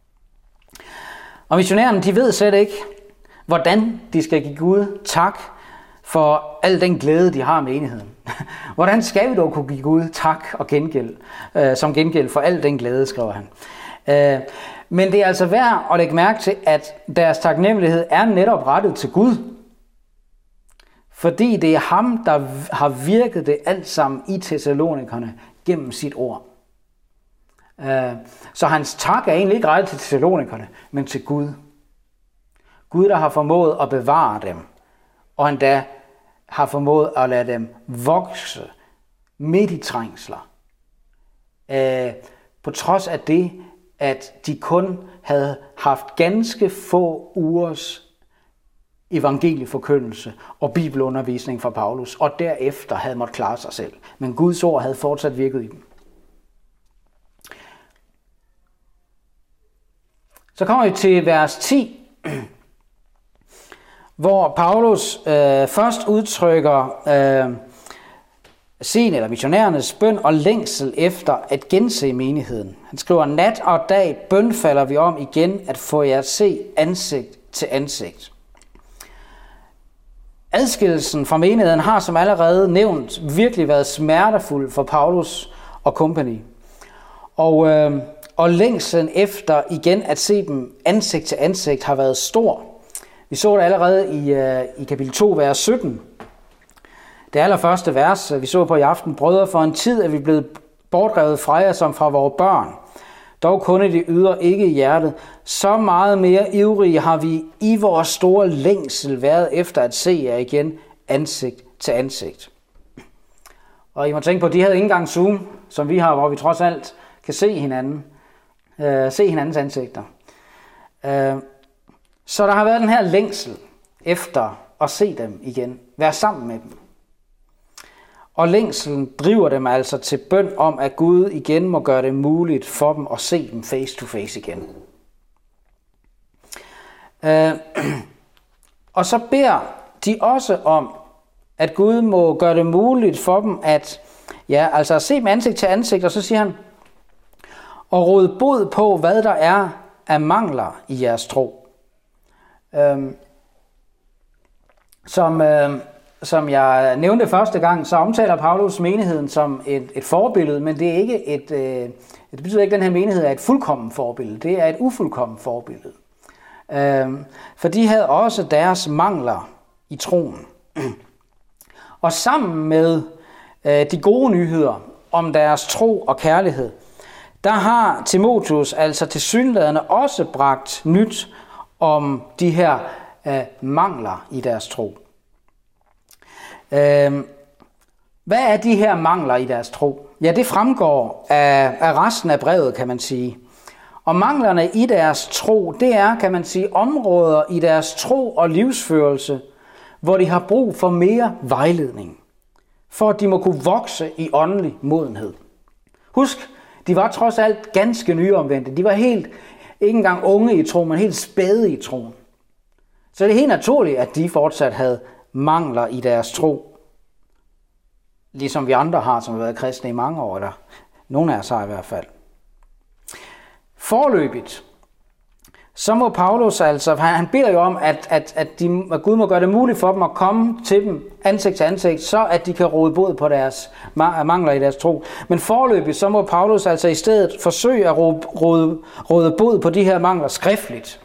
Og missionærerne, de ved slet ikke, hvordan de skal give Gud tak for al den glæde, de har med menigheden. Hvordan skal vi dog kunne give Gud tak og gengæld, som gengæld for al den glæde, skriver han. Men det er altså værd at lægge mærke til, at deres taknemmelighed er netop rettet til Gud. Fordi det er ham, der har virket det alt sammen i Thessalonikerne gennem sit ord. Så hans tak er egentlig ikke rettet til Thessalonikerne, men til Gud. Gud, der har formået at bevare dem, og endda har formået at lade dem vokse midt i trængsler. På trods af det, at de kun havde haft ganske få ugers evangelieforkyndelse og bibelundervisning fra Paulus, og derefter havde måttet klare sig selv. Men Guds ord havde fortsat virket i dem. Så kommer vi til vers 10, hvor Paulus først udtrykker sin eller missionærernes bøn og længsel efter at gense menigheden. Han skriver, nat og dag bønfalder vi om igen at få jer at se ansigt til ansigt. Adskillelsen fra menigheden har, som allerede nævnt, virkelig været smertefuld for Paulus og company. Og længslen efter igen at se dem ansigt til ansigt har været stor. Vi så det allerede i kapitel 2, vers 17. Det allerførste vers, vi så på i aften. Brødre, for en tid er vi blevet bortrevet fra jer som fra vores børn. Dog kunne de ydre ikke i hjertet. Så meget mere ivrige har vi i vores store længsel været efter at se jer igen ansigt til ansigt. Og I må tænke på, at de havde ikke engang Zoom, som vi har, hvor vi trods alt kan se hinandens ansigter. Så der har været den her længsel efter at se dem igen, være sammen med dem. Og længselen driver dem altså til bøn om, at Gud igen må gøre det muligt for dem at se dem face to face igen. Og så beder de også om, at Gud må gøre det muligt for dem at se dem ansigt til ansigt, og så siger han, og råde bod på, hvad der er af mangler i jeres tro. Som jeg nævnte første gang, så omtaler Paulus menigheden som et forbillede, men det er ikke det betyder ikke, at den her menighed er et fuldkommen forbillede. Det er et ufuldkommen forbillede. For de havde også deres mangler i troen. Og sammen med de gode nyheder om deres tro og kærlighed, der har Timotheus altså tilsyneladende også bragt nyt om de her mangler i deres tro. Hvad er de her mangler i deres tro? Ja, det fremgår af resten af brevet, kan man sige. Og manglerne i deres tro, det er, kan man sige, områder i deres tro og livsførelse, hvor de har brug for mere vejledning, for at de må kunne vokse i åndelig modenhed. Husk, de var trods alt ganske nyomvendte. De var ikke engang unge i troen, men helt spæde i troen. Så det er helt naturligt, at de fortsat havde mangler i deres tro. Ligesom vi andre har, som har været kristne i mange år, eller nogle af os har i hvert fald. Forløbigt, så må Paulus altså, han beder jo om, at Gud må gøre det muligt for dem at komme til dem ansigt til ansigt, så at de kan råde bod på deres mangler i deres tro. Men forløbigt, så må Paulus altså i stedet forsøge at råde bod på de her mangler skriftligt.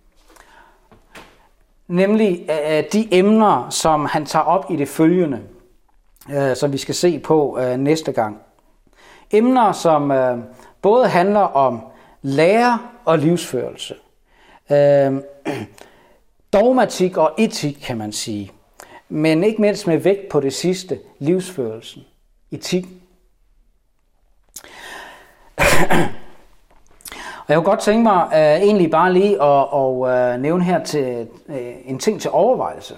Nemlig de emner, som han tager op i det følgende, som vi skal se på næste gang. Emner, som både handler om lære og livsførelse. Dogmatik og etik, kan man sige. Men ikke mindst med vægt på det sidste, livsførelsen. Etik. Og jeg kunne godt tænke mig egentlig bare lige at nævne her til en ting til overvejelse.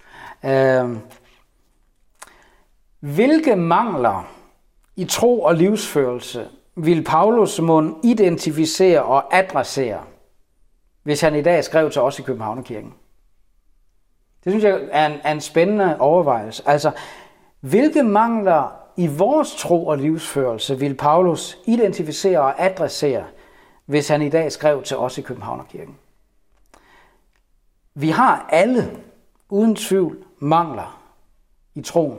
Hvilke mangler i tro og livsførelse vil Paulus må identificere og adressere, hvis han i dag skrev til os i Københavnerkirken? Det synes jeg er en spændende overvejelse. Altså, hvilke mangler i vores tro og livsførelse vil Paulus identificere og adressere, hvis han i dag skrev til os i Københavnerkirken? Vi har alle, uden tvivl, mangler i troen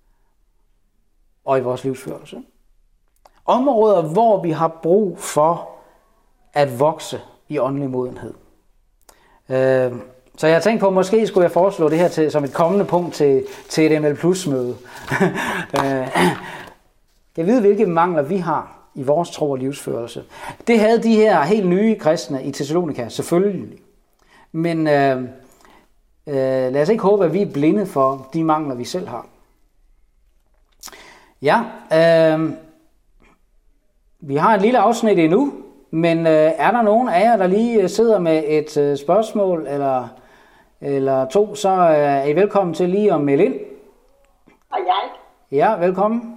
og i vores livsførelse. Områder, hvor vi har brug for at vokse i åndelig modenhed. Så jeg har tænkt på, at måske skulle jeg foreslå det her som et kommende punkt til et ML Plus møde. Jeg ved, hvilke mangler vi har i vores tro og livsførelse. Det havde de her helt nye kristne i Thessalonika, selvfølgelig. Men lad os ikke håbe, at vi er blinde for de mangler, vi selv har. Ja, vi har et lille afsnit endnu, men er der nogen af jer, der lige sidder med et spørgsmål eller to, så er I velkommen til lige at melde ind. Og jeg? Ja, velkommen.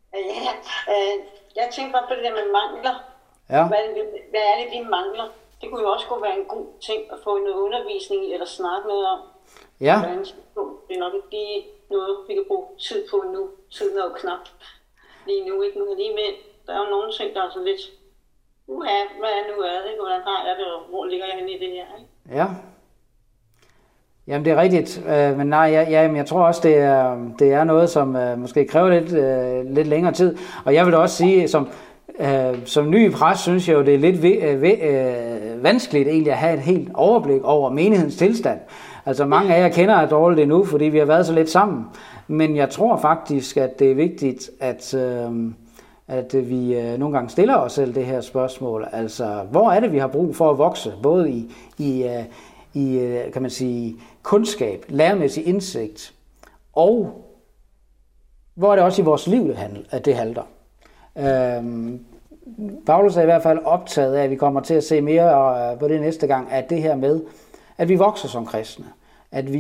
Jeg tænker bare på det der med mangler. Ja. Hvad er det, vi mangler? Det kunne jo også være en god ting at få noget undervisning i, eller snakke noget om. Ja. Det er nok ikke lige noget, vi kan bruge tid på nu. Tiden er jo knap lige nu, ikke? Men alligevel, der er jo nogle ting, der er så lidt, hvad er nu ikke? Hvordan har jeg det, og hvor ligger jeg henne i det her, ikke? Ja. Jamen det er rigtigt, men nej, men jeg tror også, det er noget, som måske kræver lidt længere tid. Og jeg vil da også sige, som ny præst, synes jeg jo, det er lidt vanskeligt egentlig at have et helt overblik over menighedens tilstand. Altså mange af jer kender det dårligt endnu, fordi vi har været så lidt sammen. Men jeg tror faktisk, at det er vigtigt, at vi nogle gange stiller os selv det her spørgsmål. Altså, hvor er det, vi har brug for at vokse? Både i kan man sige, kundskab, læremæssig indsigt, og hvor er det også i vores liv, at det halter. Paulus er i hvert fald optaget af, at vi kommer til at se mere på det næste gang, at det her med, at vi vokser som kristne, at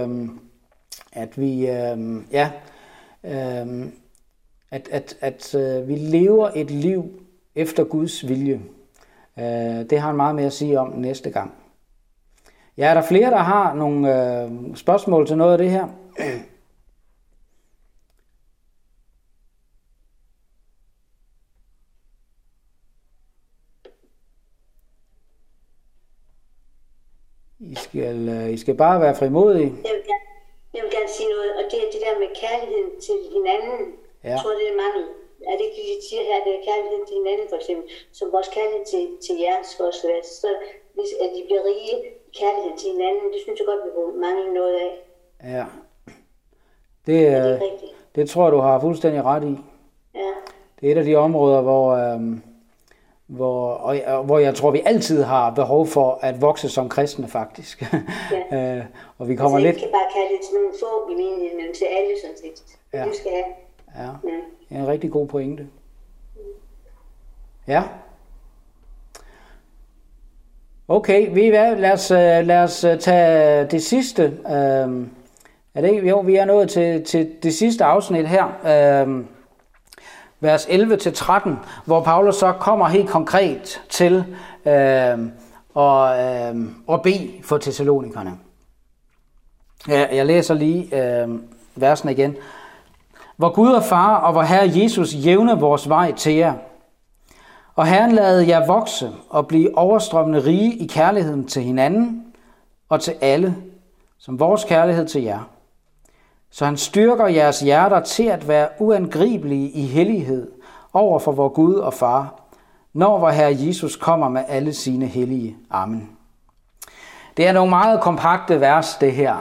vi lever et liv efter Guds vilje. Det har han meget mere at sige om næste gang. Ja, er der flere, der har nogle spørgsmål til noget af det her? I skal bare være frimodige. Jeg vil gerne sige noget, og det er det der med kærligheden til hinanden. Ja. Jeg tror, det er mangel. Er det ikke, de siger her, det er kærligheden til hinanden, for eksempel, som vores kærlighed til jer skal også være. Så at de bliver rige i kærligheden til hinanden, det synes jeg godt, vi må mangle noget af. Ja. Det tror jeg, du har fuldstændig ret i. Ja. Det er et af de områder, hvor jeg tror, vi altid har behov for at vokse som kristne, faktisk. Ja. Og vi kommer lidt... ikke bare kærlighed til nogle få i menigheden, men til alle, sådan set. Ja. Du skal have. Ja, det er en rigtig god pointe. Ja. Okay, lad os tage det sidste. Er det ikke? Jo, vi er nået til det sidste afsnit her. Vers 11-13, hvor Paulus så kommer helt konkret til at bede for Thessalonikerne. Jeg læser lige versen igen. Hvor Gud og Far og vor Herre Jesus jævner vores vej til jer. Og Herren lade jer vokse og blive overstrømmende rige i kærligheden til hinanden og til alle, som vores kærlighed til jer. Så han styrker jeres hjerter til at være uangribelige i hellighed over for vor Gud og Far, når vor Herre Jesus kommer med alle sine hellige. Amen. Det er nogle meget kompakte vers, det her.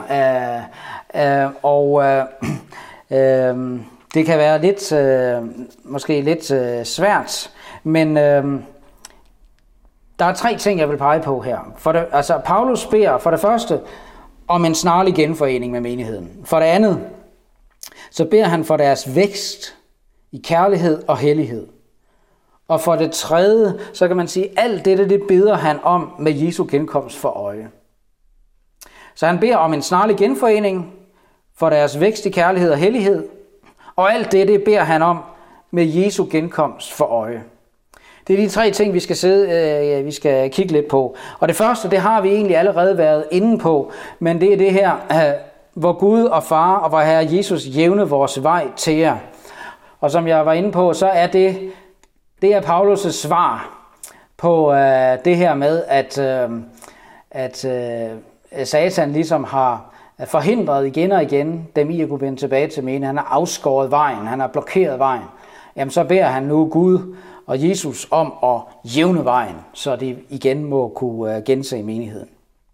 Det kan være lidt, måske lidt svært, men der er 3 ting, jeg vil pege på her. Paulus beder for det første om en snarlig genforening med menigheden. For det andet, så beder han for deres vækst i kærlighed og hellighed. Og for det tredje, så kan man sige, at alt det beder han om med Jesu genkomst for øje. Så han beder om en snarlig genforening for deres vækst i kærlighed og hellighed. Og alt det beder han om med Jesu genkomst for øje. Det er de 3 ting, vi skal kigge lidt på. Og det første, det har vi egentlig allerede været inde på, men det er det her, hvor Gud og Far og vor Herre Jesus jævne vores vej til jer. Og som jeg var inde på, så er det er Paulus' svar på det her med, at Satan ligesom har forhindret igen og igen dem i at kunne vende tilbage til menigheden. Han har afskåret vejen, han har blokeret vejen. Jamen så beder han nu Gud og Jesus om at jævne vejen, så de igen må kunne gense menigheden.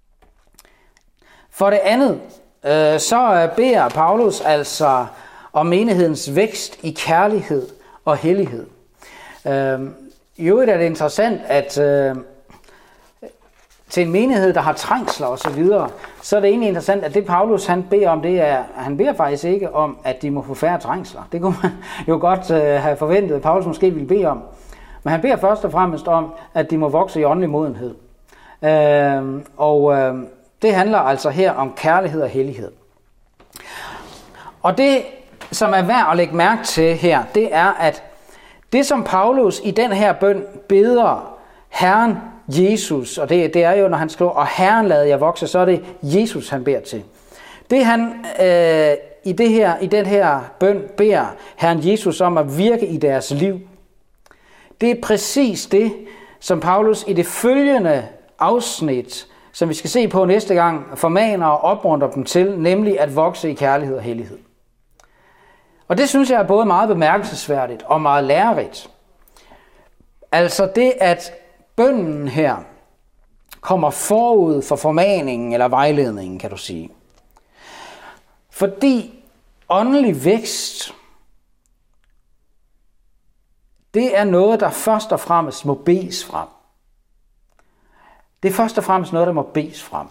For det andet, så beder Paulus altså om menighedens vækst i kærlighed og hellighed. I øvrigt er det interessant, at til en menighed, der har trængsler og så videre, så er det egentlig interessant, at det Paulus han beder om, han beder faktisk ikke om, at de må få færre trængsler. Det kunne man jo godt have forventet, at Paulus måske ville bede om. Men han beder først og fremmest om, at de må vokse i åndelig modenhed. Det handler altså her om kærlighed og hellighed. Og det, som er værd at lægge mærke til her, det er, at det som Paulus i den her bøn beder Herren Jesus, og det er jo, når han skriver, og Herren lade jer vokse, så er det Jesus, han beder til. Det han i den her bøn beder Herren Jesus om at virke i deres liv, det er præcis det, som Paulus i det følgende afsnit, som vi skal se på næste gang, formaner og opmuntrer dem til, nemlig at vokse i kærlighed og hellighed. Og det synes jeg er både meget bemærkelsesværdigt og meget lærerigt. Altså det, at bønnen her kommer forud for formaningen eller vejledningen, kan du sige. Fordi åndelig vækst, det er noget, der først og fremmest må bedes frem. Det er først og fremmest noget, der må bedes frem.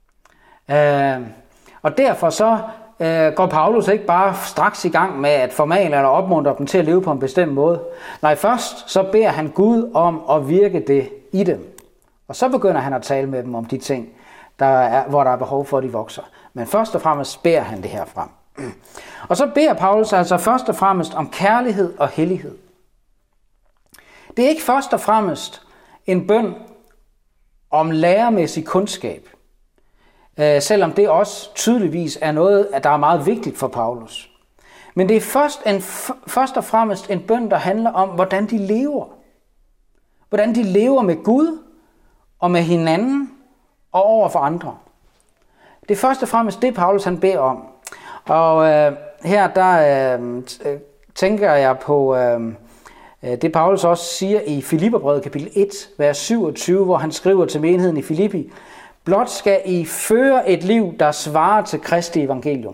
Og derfor så går Paulus ikke bare straks i gang med at formane eller opmuntre dem til at leve på en bestemt måde. Nej, først så beder han Gud om at virke det i dem. Og så begynder han at tale med dem om de ting, hvor der er behov for, at de vokser. Men først og fremmest beder han det her frem. Og så beder Paulus altså først og fremmest om kærlighed og hellighed. Det er ikke først og fremmest en bøn om lærermæssig kundskab. Selvom det også tydeligvis er noget, der er meget vigtigt for Paulus. Men det er først og fremmest en bøn, der handler om, hvordan de lever. Hvordan de lever med Gud og med hinanden og over for andre. Det er først og fremmest det, Paulus han beder om. Og her der tænker jeg på det, Paulus også siger i Filipperbrevet kapitel 1, vers 27, hvor han skriver til menigheden i Filippi: blot skal I føre et liv, der svarer til Kristi evangelium.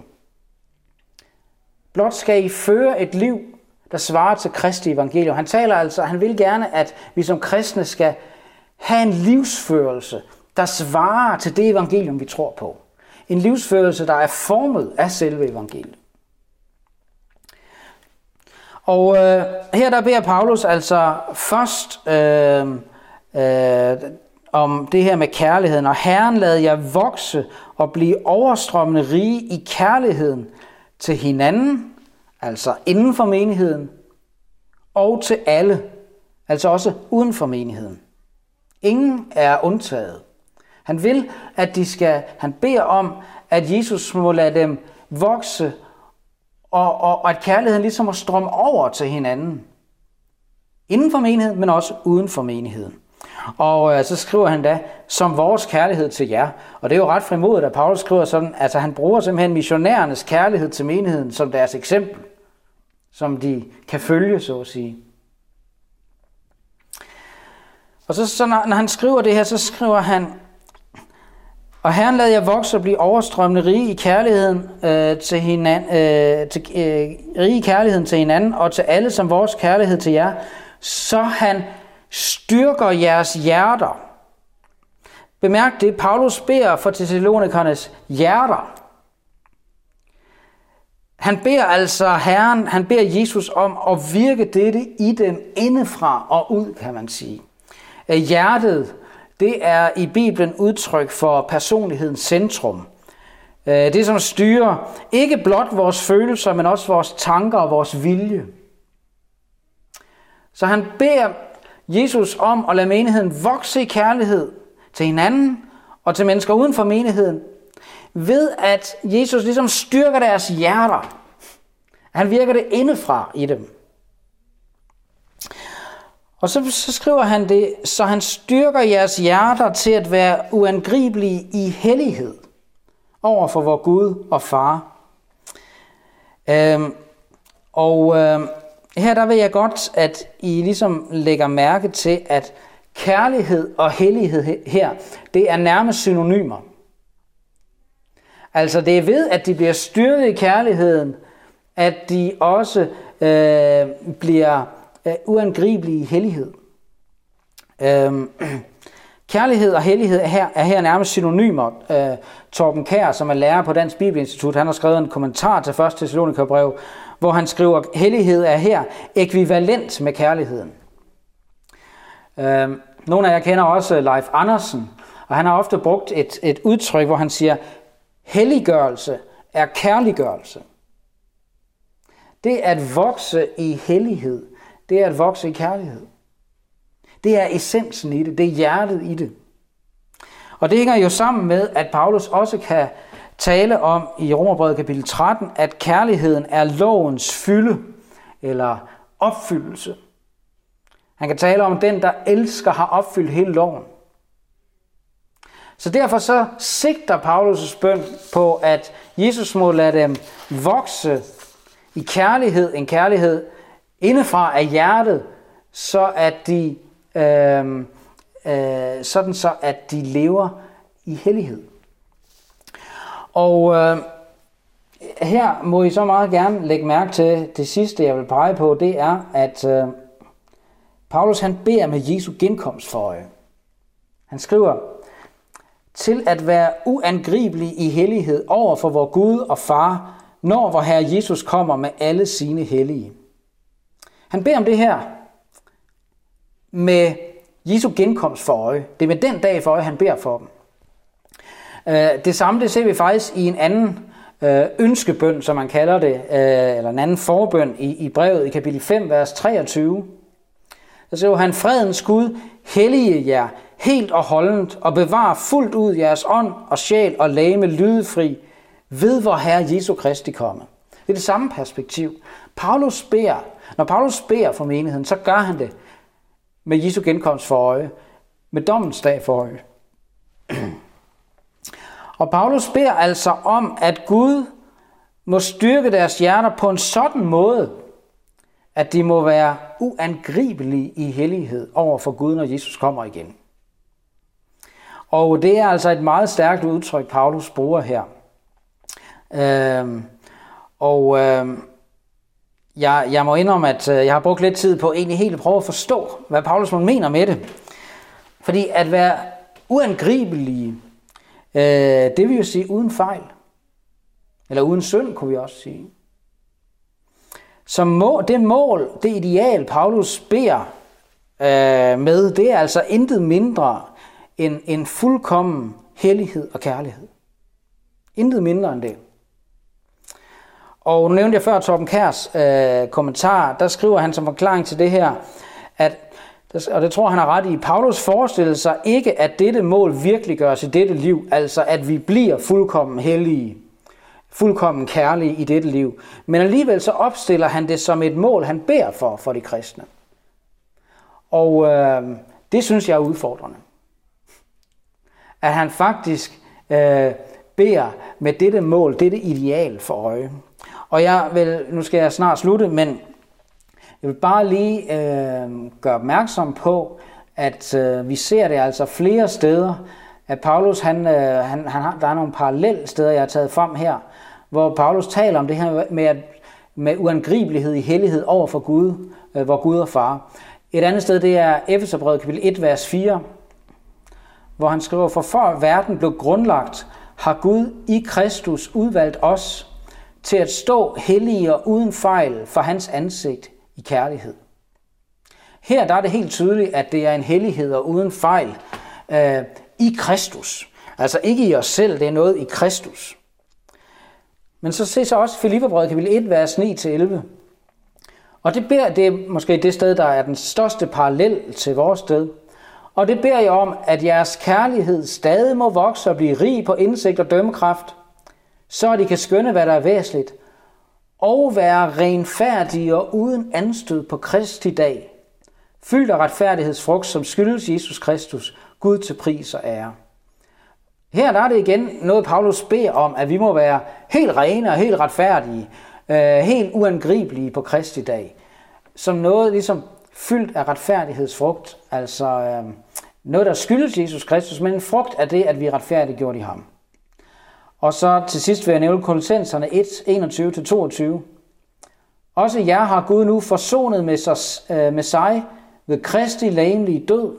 Blot skal I føre et liv, der svarer til Kristi evangelium. Han vil gerne, at vi som kristne skal have en livsførelse, der svarer til det evangelium, vi tror på. En livsførelse, der er formet af selve evangeliet. Og her der beder Paulus altså først om det her med kærligheden. Og Herren lad jer vokse og blive overstrømmende rige i kærligheden til hinanden, altså inden for menigheden, og til alle, altså også uden for menigheden. Ingen er undtaget. Han vil, at han beder om, at Jesus må lade dem vokse, og at kærligheden ligesom må strømme over til hinanden. Inden for menigheden, men også uden for menigheden. Og så skriver han da, som vores kærlighed til jer. Og det er jo ret frimodigt, at Paulus skriver sådan, altså han bruger simpelthen missionærernes kærlighed til menigheden som deres eksempel, som de kan følge, så at sige. Og så når han skriver det her, så skriver han, og Herren lad jer vokse og blive overstrømmende rige i kærligheden til hinanden, rige i kærligheden til hinanden og til alle som vores kærlighed til jer, så han styrker jeres hjerter. Bemærk det, Paulus beder for Thessalonikernes hjerter. Han beder altså Herren, han beder Jesus om at virke dette i dem indefra og ud, kan man sige. Hjertet, det er i Bibelen udtryk for personlighedens centrum. Det, som styrer ikke blot vores følelser, men også vores tanker og vores vilje. Så han beder Jesus om at lade menigheden vokse i kærlighed til hinanden og til mennesker uden for menigheden, ved at Jesus ligesom styrker deres hjerter. Han virker det indefra i dem. Og så skriver han det, så han styrker jeres hjerter til at være uangribelige i hellighed over for vor Gud og Far. Her der vil jeg godt, at I ligesom lægger mærke til, at kærlighed og hellighed her, det er nærmest synonymer. Altså det er ved, at de bliver styrket i kærligheden, at de også bliver uangribelige i hellighed. Kærlighed og hellighed er her nærmest synonymer. Torben Kjær, som er lærer på Dansk Bibelinstitut, han har skrevet en kommentar til 1. Thessalonikerbrev, hvor han skriver, at hellighed er her ekvivalent med kærligheden. Nogle af jer kender også Leif Andersen, og han har ofte brugt et udtryk, hvor han siger, helliggørelse er kærliggørelse. Det at vokse i hellighed, det er at vokse i kærlighed. Det er essensen i det, det er hjertet i det. Og det hænger jo sammen med, at Paulus også kan tale om i Romerbrevet kapitel 13, at kærligheden er lovens fylde eller opfyldelse. Han kan tale om, den, der elsker, har opfyldt hele loven. Så derfor så sigter Paulus' bøn på, at Jesus må lade dem vokse i kærlighed, en kærlighed indefra af hjertet, så at de sådan så at de lever i hellighed. Og her må I så meget gerne lægge mærke til det sidste, jeg vil pege på, det er, at Paulus han beder med Jesu genkomst for øje. Han skriver, til at være uangribelig i hellighed over for vor Gud og Far, når vor Herre Jesus kommer med alle sine hellige. Han beder om det her med Jesu genkomst for øje. Det er med den dag for øje, han beder for dem. Det samme det ser vi faktisk i en anden ønskebøn, som man kalder det, eller en anden forbøn i brevet i kapitel 5, vers 23. Der siger han, fredens Gud, hellige jer helt og holdent, og bevar fuldt ud jeres ånd og sjæl og legeme lydefri, ved vor Herre Jesu Kristi komme. Det er det samme perspektiv. Når Paulus beder for menigheden, så gør han det med Jesu genkomst for øje, med dommens dag for øje. Og Paulus beder altså om, at Gud må styrke deres hjerter på en sådan måde, at de må være uangribelige i hellighed over for Gud, når Jesus kommer igen. Og det er altså et meget stærkt udtryk, Paulus bruger her. Jeg må indrømme, at jeg har brugt lidt tid på egentlig helt at prøve at forstå, hvad Paulus mener med det. Fordi at være uangribelige, det vil jo sige uden fejl. Eller uden synd, kunne vi også sige. Så det mål, det ideal, Paulus beder med, det er altså intet mindre end en fuldkommen hellighed og kærlighed. Intet mindre end det. Og nu nævnte jeg før Torben Kjærs kommentar, der skriver han som forklaring til det her, og det tror han har ret i, Paulus forestiller sig ikke, at dette mål virkelig gøres i dette liv, altså at vi bliver fuldkommen hellige, fuldkommen kærlige i dette liv. Men alligevel så opstiller han det som et mål, han beder for de kristne. Og det synes jeg er udfordrende. At han faktisk beder med dette mål, dette ideal for øje. Og nu skal jeg snart slutte, men jeg vil bare lige gøre opmærksom på, at vi ser det altså flere steder, at Paulus, der er nogle parallelle steder, jeg har taget frem her, hvor Paulus taler om det her med uangribelighed i hellighed over for Gud, hvor Gud er far. Et andet sted, det er Efeserbrevet kapitel 1, vers 4, hvor han skriver, for før verden blev grundlagt, har Gud i Kristus udvalgt os til at stå hellige og uden fejl for hans ansigt i kærlighed. Her der er det helt tydeligt, at det er en hellighed og uden fejl i Kristus. Altså ikke i os selv, det er noget i Kristus. Men så ses også Filipperbrevet kapitel 1, vers 9-11. Og det er måske det sted, der er den største parallel til vores sted. Og det beder jeg om, at jeres kærlighed stadig må vokse og blive rig på indsigt og dømmekraft, så de kan skønne, hvad der er væsentligt, og være renfærdige og uden anstød på Kristi dag, fyldt af retfærdighedsfrugt, som skyldes Jesus Kristus, Gud til pris og ære. Her der er det igen noget, Paulus beder om, at vi må være helt rene og helt retfærdige, helt uangribelige på Kristi dag, som noget ligesom fyldt af retfærdighedsfrugt, altså noget, der skyldes Jesus Kristus, men en frugt af det, at vi er retfærdiggjort i ham. Og så til sidst vil jeg nævne Kolossenserne 1, 21-22. Også jer har Gud nu forsonet med sig ved Kristi legemlige død,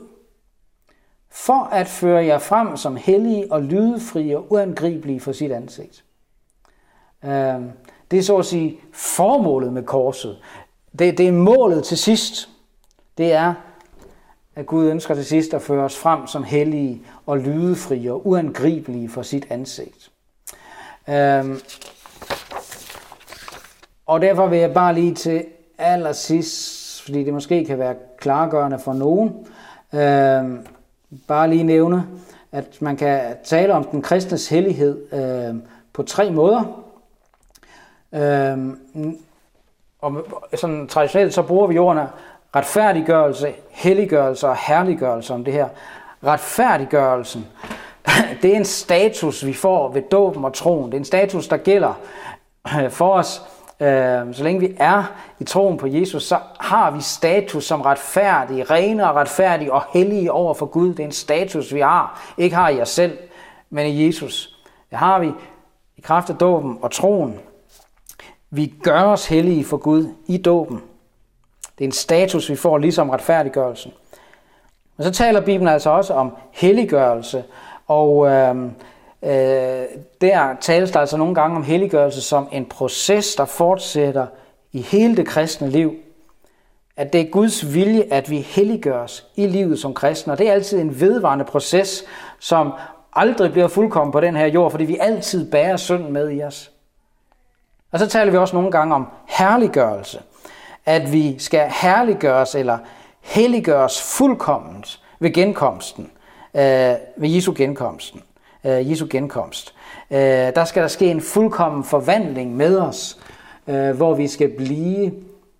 for at føre jer frem som hellige og lydefrie og uangribelige for sit ansigt. Det er så at sige formålet med korset. Det er målet til sidst. Det er, at Gud ønsker til sidst at føre os frem som hellige og lydefrie og uangribelige for sit ansigt. Og derfor vil jeg bare lige til allersidst, fordi det måske kan være klargørende for nogen, bare lige nævne, at man kan tale om den kristnes hellighed på 3 måder. Og sådan traditionelt så bruger vi ordene retfærdiggørelse, helliggørelse og herliggørelse om det her. Retfærdiggørelsen, det er en status, vi får ved dåben og troen. Det er en status, der gælder for os. Så længe vi er i troen på Jesus, så har vi status som retfærdige, rene og retfærdige og hellige over for Gud. Det er en status, vi har. Ikke har i os selv, men i Jesus. Det har vi i kraft af dåben og troen. Vi gør os hellige for Gud i dåben. Det er en status, vi får ligesom retfærdiggørelsen. Men så taler Bibelen altså også om helliggørelse, og der tales der altså nogle gange om helliggørelse som en proces, der fortsætter i hele det kristne liv. At det er Guds vilje, at vi helliggøres i livet som kristne, og det er altid en vedvarende proces, som aldrig bliver fuldkommen på den her jord, fordi vi altid bærer synden med i os. Og så taler vi også nogle gange om herliggørelse, at vi skal herliggøres eller helliggøres fuldkomment ved genkomsten, ved Jesu genkomst. Der skal der ske en fuldkommen forvandling med os, hvor vi skal blive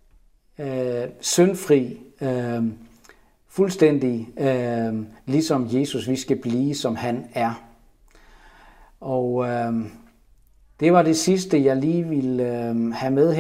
syndfri, fuldstændig ligesom Jesus. Vi skal blive, som han er. Og det var det sidste, jeg lige ville have med her.